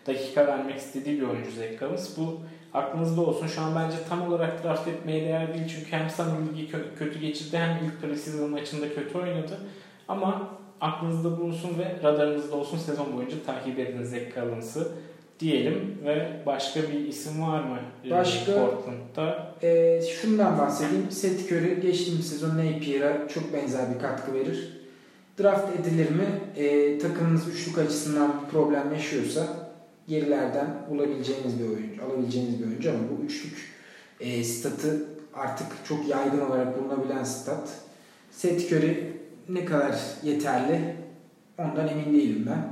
dakika vermek istediği bir oyuncu Zach Collins. Bu aklınızda olsun. Şu an bence tam olarak draft etmeye değer değil. Çünkü hem Summer League'i kötü geçirdi hem ilk preseason maçında kötü oynadı. Ama aklınızda bulunsun ve radarınızda olsun, sezon boyunca takip edin Zach Collins'ı diyelim. Ve başka bir isim var mı? Başka, Portland'da. E, şundan bahsedeyim. Seth Curry geçtiğimiz sezon Napier'a çok benzer bir katkı verir. Draft edilir mi? E, takımınız üçlük açısından problem yaşıyorsa gerilerden bulabileceğiniz bir oyuncu, alabileceğiniz bir oyuncu ama bu üçlük e, statı artık çok yaygın olarak bulunabilen stat. Seth Curry ne kadar yeterli ondan emin değilim ben.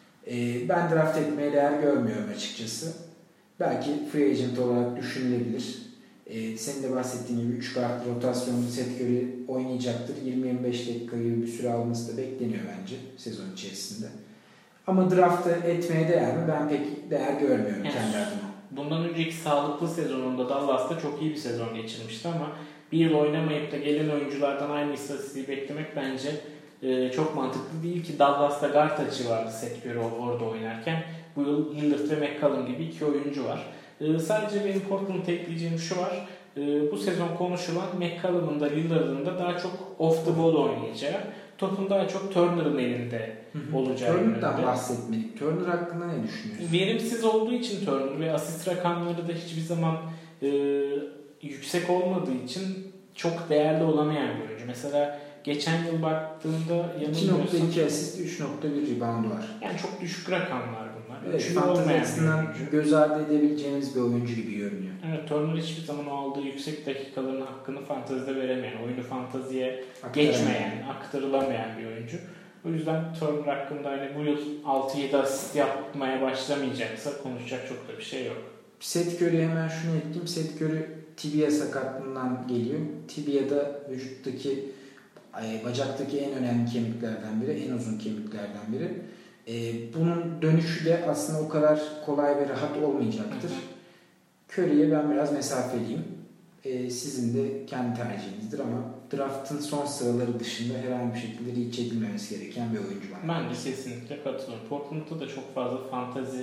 E, ben draft etmeye değer görmüyorum açıkçası. Belki free agent olarak düşünülebilir. E, senin de bahsettiğin gibi üç kart rotasyonlu Seth Curry oynayacaktır. yirmi yirmi beş dakika gibi bir süre alması da bekleniyor bence sezon içerisinde. Ama draft etmeye değer mi? Ben pek değer görmüyorum yani, kendi adıma. Bundan önceki sağlıklı sezonunda Dallas'ta çok iyi bir sezon geçirmişti ama bir yıl oynamayıp da gelen oyunculardan aynı istatistiği beklemek bence e, çok mantıklı değil ki. Dallas'ta guard açığı vardı Seth Curry orada oynarken. Bu yıl Lillard ve McCollum gibi iki oyuncu var. E, sadece benim Portland'a ekleyeceğim şu var. E, bu sezon konuşulan McCollum'un da Lillard'ın da daha çok off the ball oynayacağı, topun daha çok Turner'ın elinde olacağı yönünde. Turner'dan bahsetmedik. Turner hakkında ne düşünüyorsun? Verimsiz olduğu için Turner ve asist rakamları da hiçbir zaman e, yüksek olmadığı için çok değerli olamayan bir oyuncu. Mesela geçen yıl baktığında iki nokta iki asist, üç nokta bir rebound var. Yani çok düşük rakamlar bunlar. Evet, fantezi açısından göz ardı edebileceğimiz bir oyuncu gibi görünüyor. Evet, Turner hiçbir zaman o aldığı yüksek dakikaların hakkını fantezide veremeyen, oyunu fanteziye geçmeyen, aktarılamayan bir oyuncu. O yüzden Turner hakkında hani bu yıl altı yedi asist yapmaya başlamayacaksa konuşacak çok da bir şey yok. Seth Curry'e hemen şunu ekleyeyim. Seth Curry tibia sakatlığından geliyor. Tibia da vücuttaki, bacaktaki en önemli kemiklerden biri, en uzun kemiklerden biri. Bunun dönüşü de aslında o kadar kolay ve rahat olmayacaktır. Curry'e ben biraz mesafeliyim. Sizin de kendi tercihinizdir ama draft'ın son sıraları dışında herhangi bir şekilde reach edilmemesi gereken bir oyuncu var. Ben de kesinlikle katılıyorum. Portland'da da çok fazla fantezi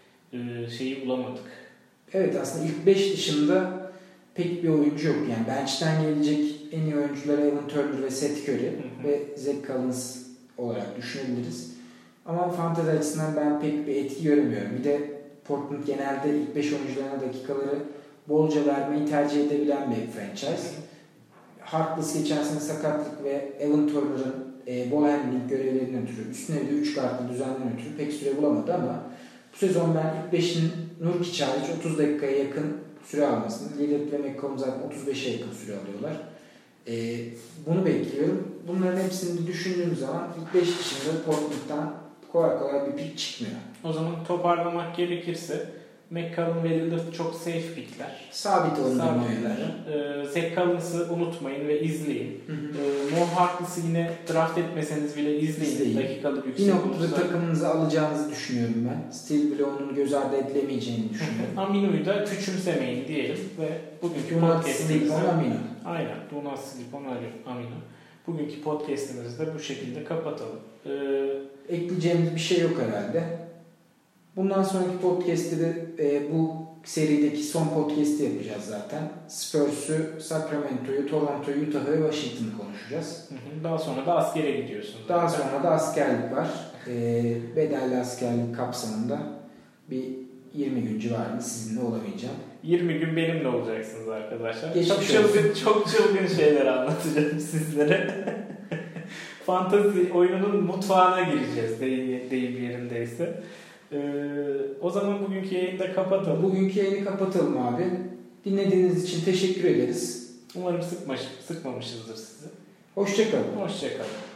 şeyi bulamadık. Evet, aslında ilk beş dışında pek bir oyuncu yok. Yani bench'ten gelecek en iyi oyuncular Evan Turner ve Seth Curry hı hı. ve Zach Collins olarak düşünebiliriz. Ama fantezi açısından ben pek bir etki göremiyorum. Bir de Portland genelde ilk beş oyuncularına dakikaları bolca vermeyi tercih edebilen bir franchise. Harkless geçen sene sakatlık ve Evan Turner'ın e, ball handling görevlerinden ötürü, üstüne bir de üç kartlı düzenden ötürü pek süre bulamadı ama bu sezon ben ilk beşinin Nurkic hariç otuz dakikaya yakın süre almasını, Lillard ve McCollum zaten otuz beşe yakın süre alıyorlar. E, bunu bekliyorum. Bunların hepsini düşündüğüm zaman ilk beş dışında Portland'dan kolay kolay bir pick çıkmıyor. O zaman toparlamak gerekirse McCollum ve Lillard çok safe pickler. Sabit oyuncular. Ee, Zach Collins'ı unutmayın ve izleyin. Ee, Mo Harkless'ı yine draft etmeseniz bile izleyin. izleyin. Dakikalı yüksek bir noktada olursa takımınızı alacağınızı düşünüyorum ben. Still bile onun göz ardı edilemeyeceğini düşünüyorum. Amino'yu da küçümsemeyin diyelim ve bugünkü podcast'imizde Amino. Aynen. Do not sleep on Amino. Bugünkü podcast'imizi de bu şekilde kapatalım. Ee, Ekleyeceğimiz bir şey yok herhalde. Bundan sonraki podcast'te de e, bu serideki son podcast'i yapacağız zaten. Spurs'u, Sacramento'yu, Toronto'yu, Utah'ı ve Washington'ı konuşacağız. Hı hı. Daha sonra da askere gidiyorsunuz. Daha zaten. sonra da askerlik var. E, bedelli askerlik kapsamında bir yirmi gün civarında sizinle olamayacağım. yirmi gün benimle olacaksınız arkadaşlar. Geçmiş çok çılgın, çok çılgın şeyler anlatacağım sizlere. Fantasy oyununun mutfağına gireceğiz deyim, deyim yerindeyse. Ee, o zaman bugünkü yayını da kapatalım. Bugünkü yayını kapatalım abi. Dinlediğiniz için teşekkür ederiz. Umarım sıkmaş, sıkmamışızdır sizi. Hoşça kalın. Hoşça kalın.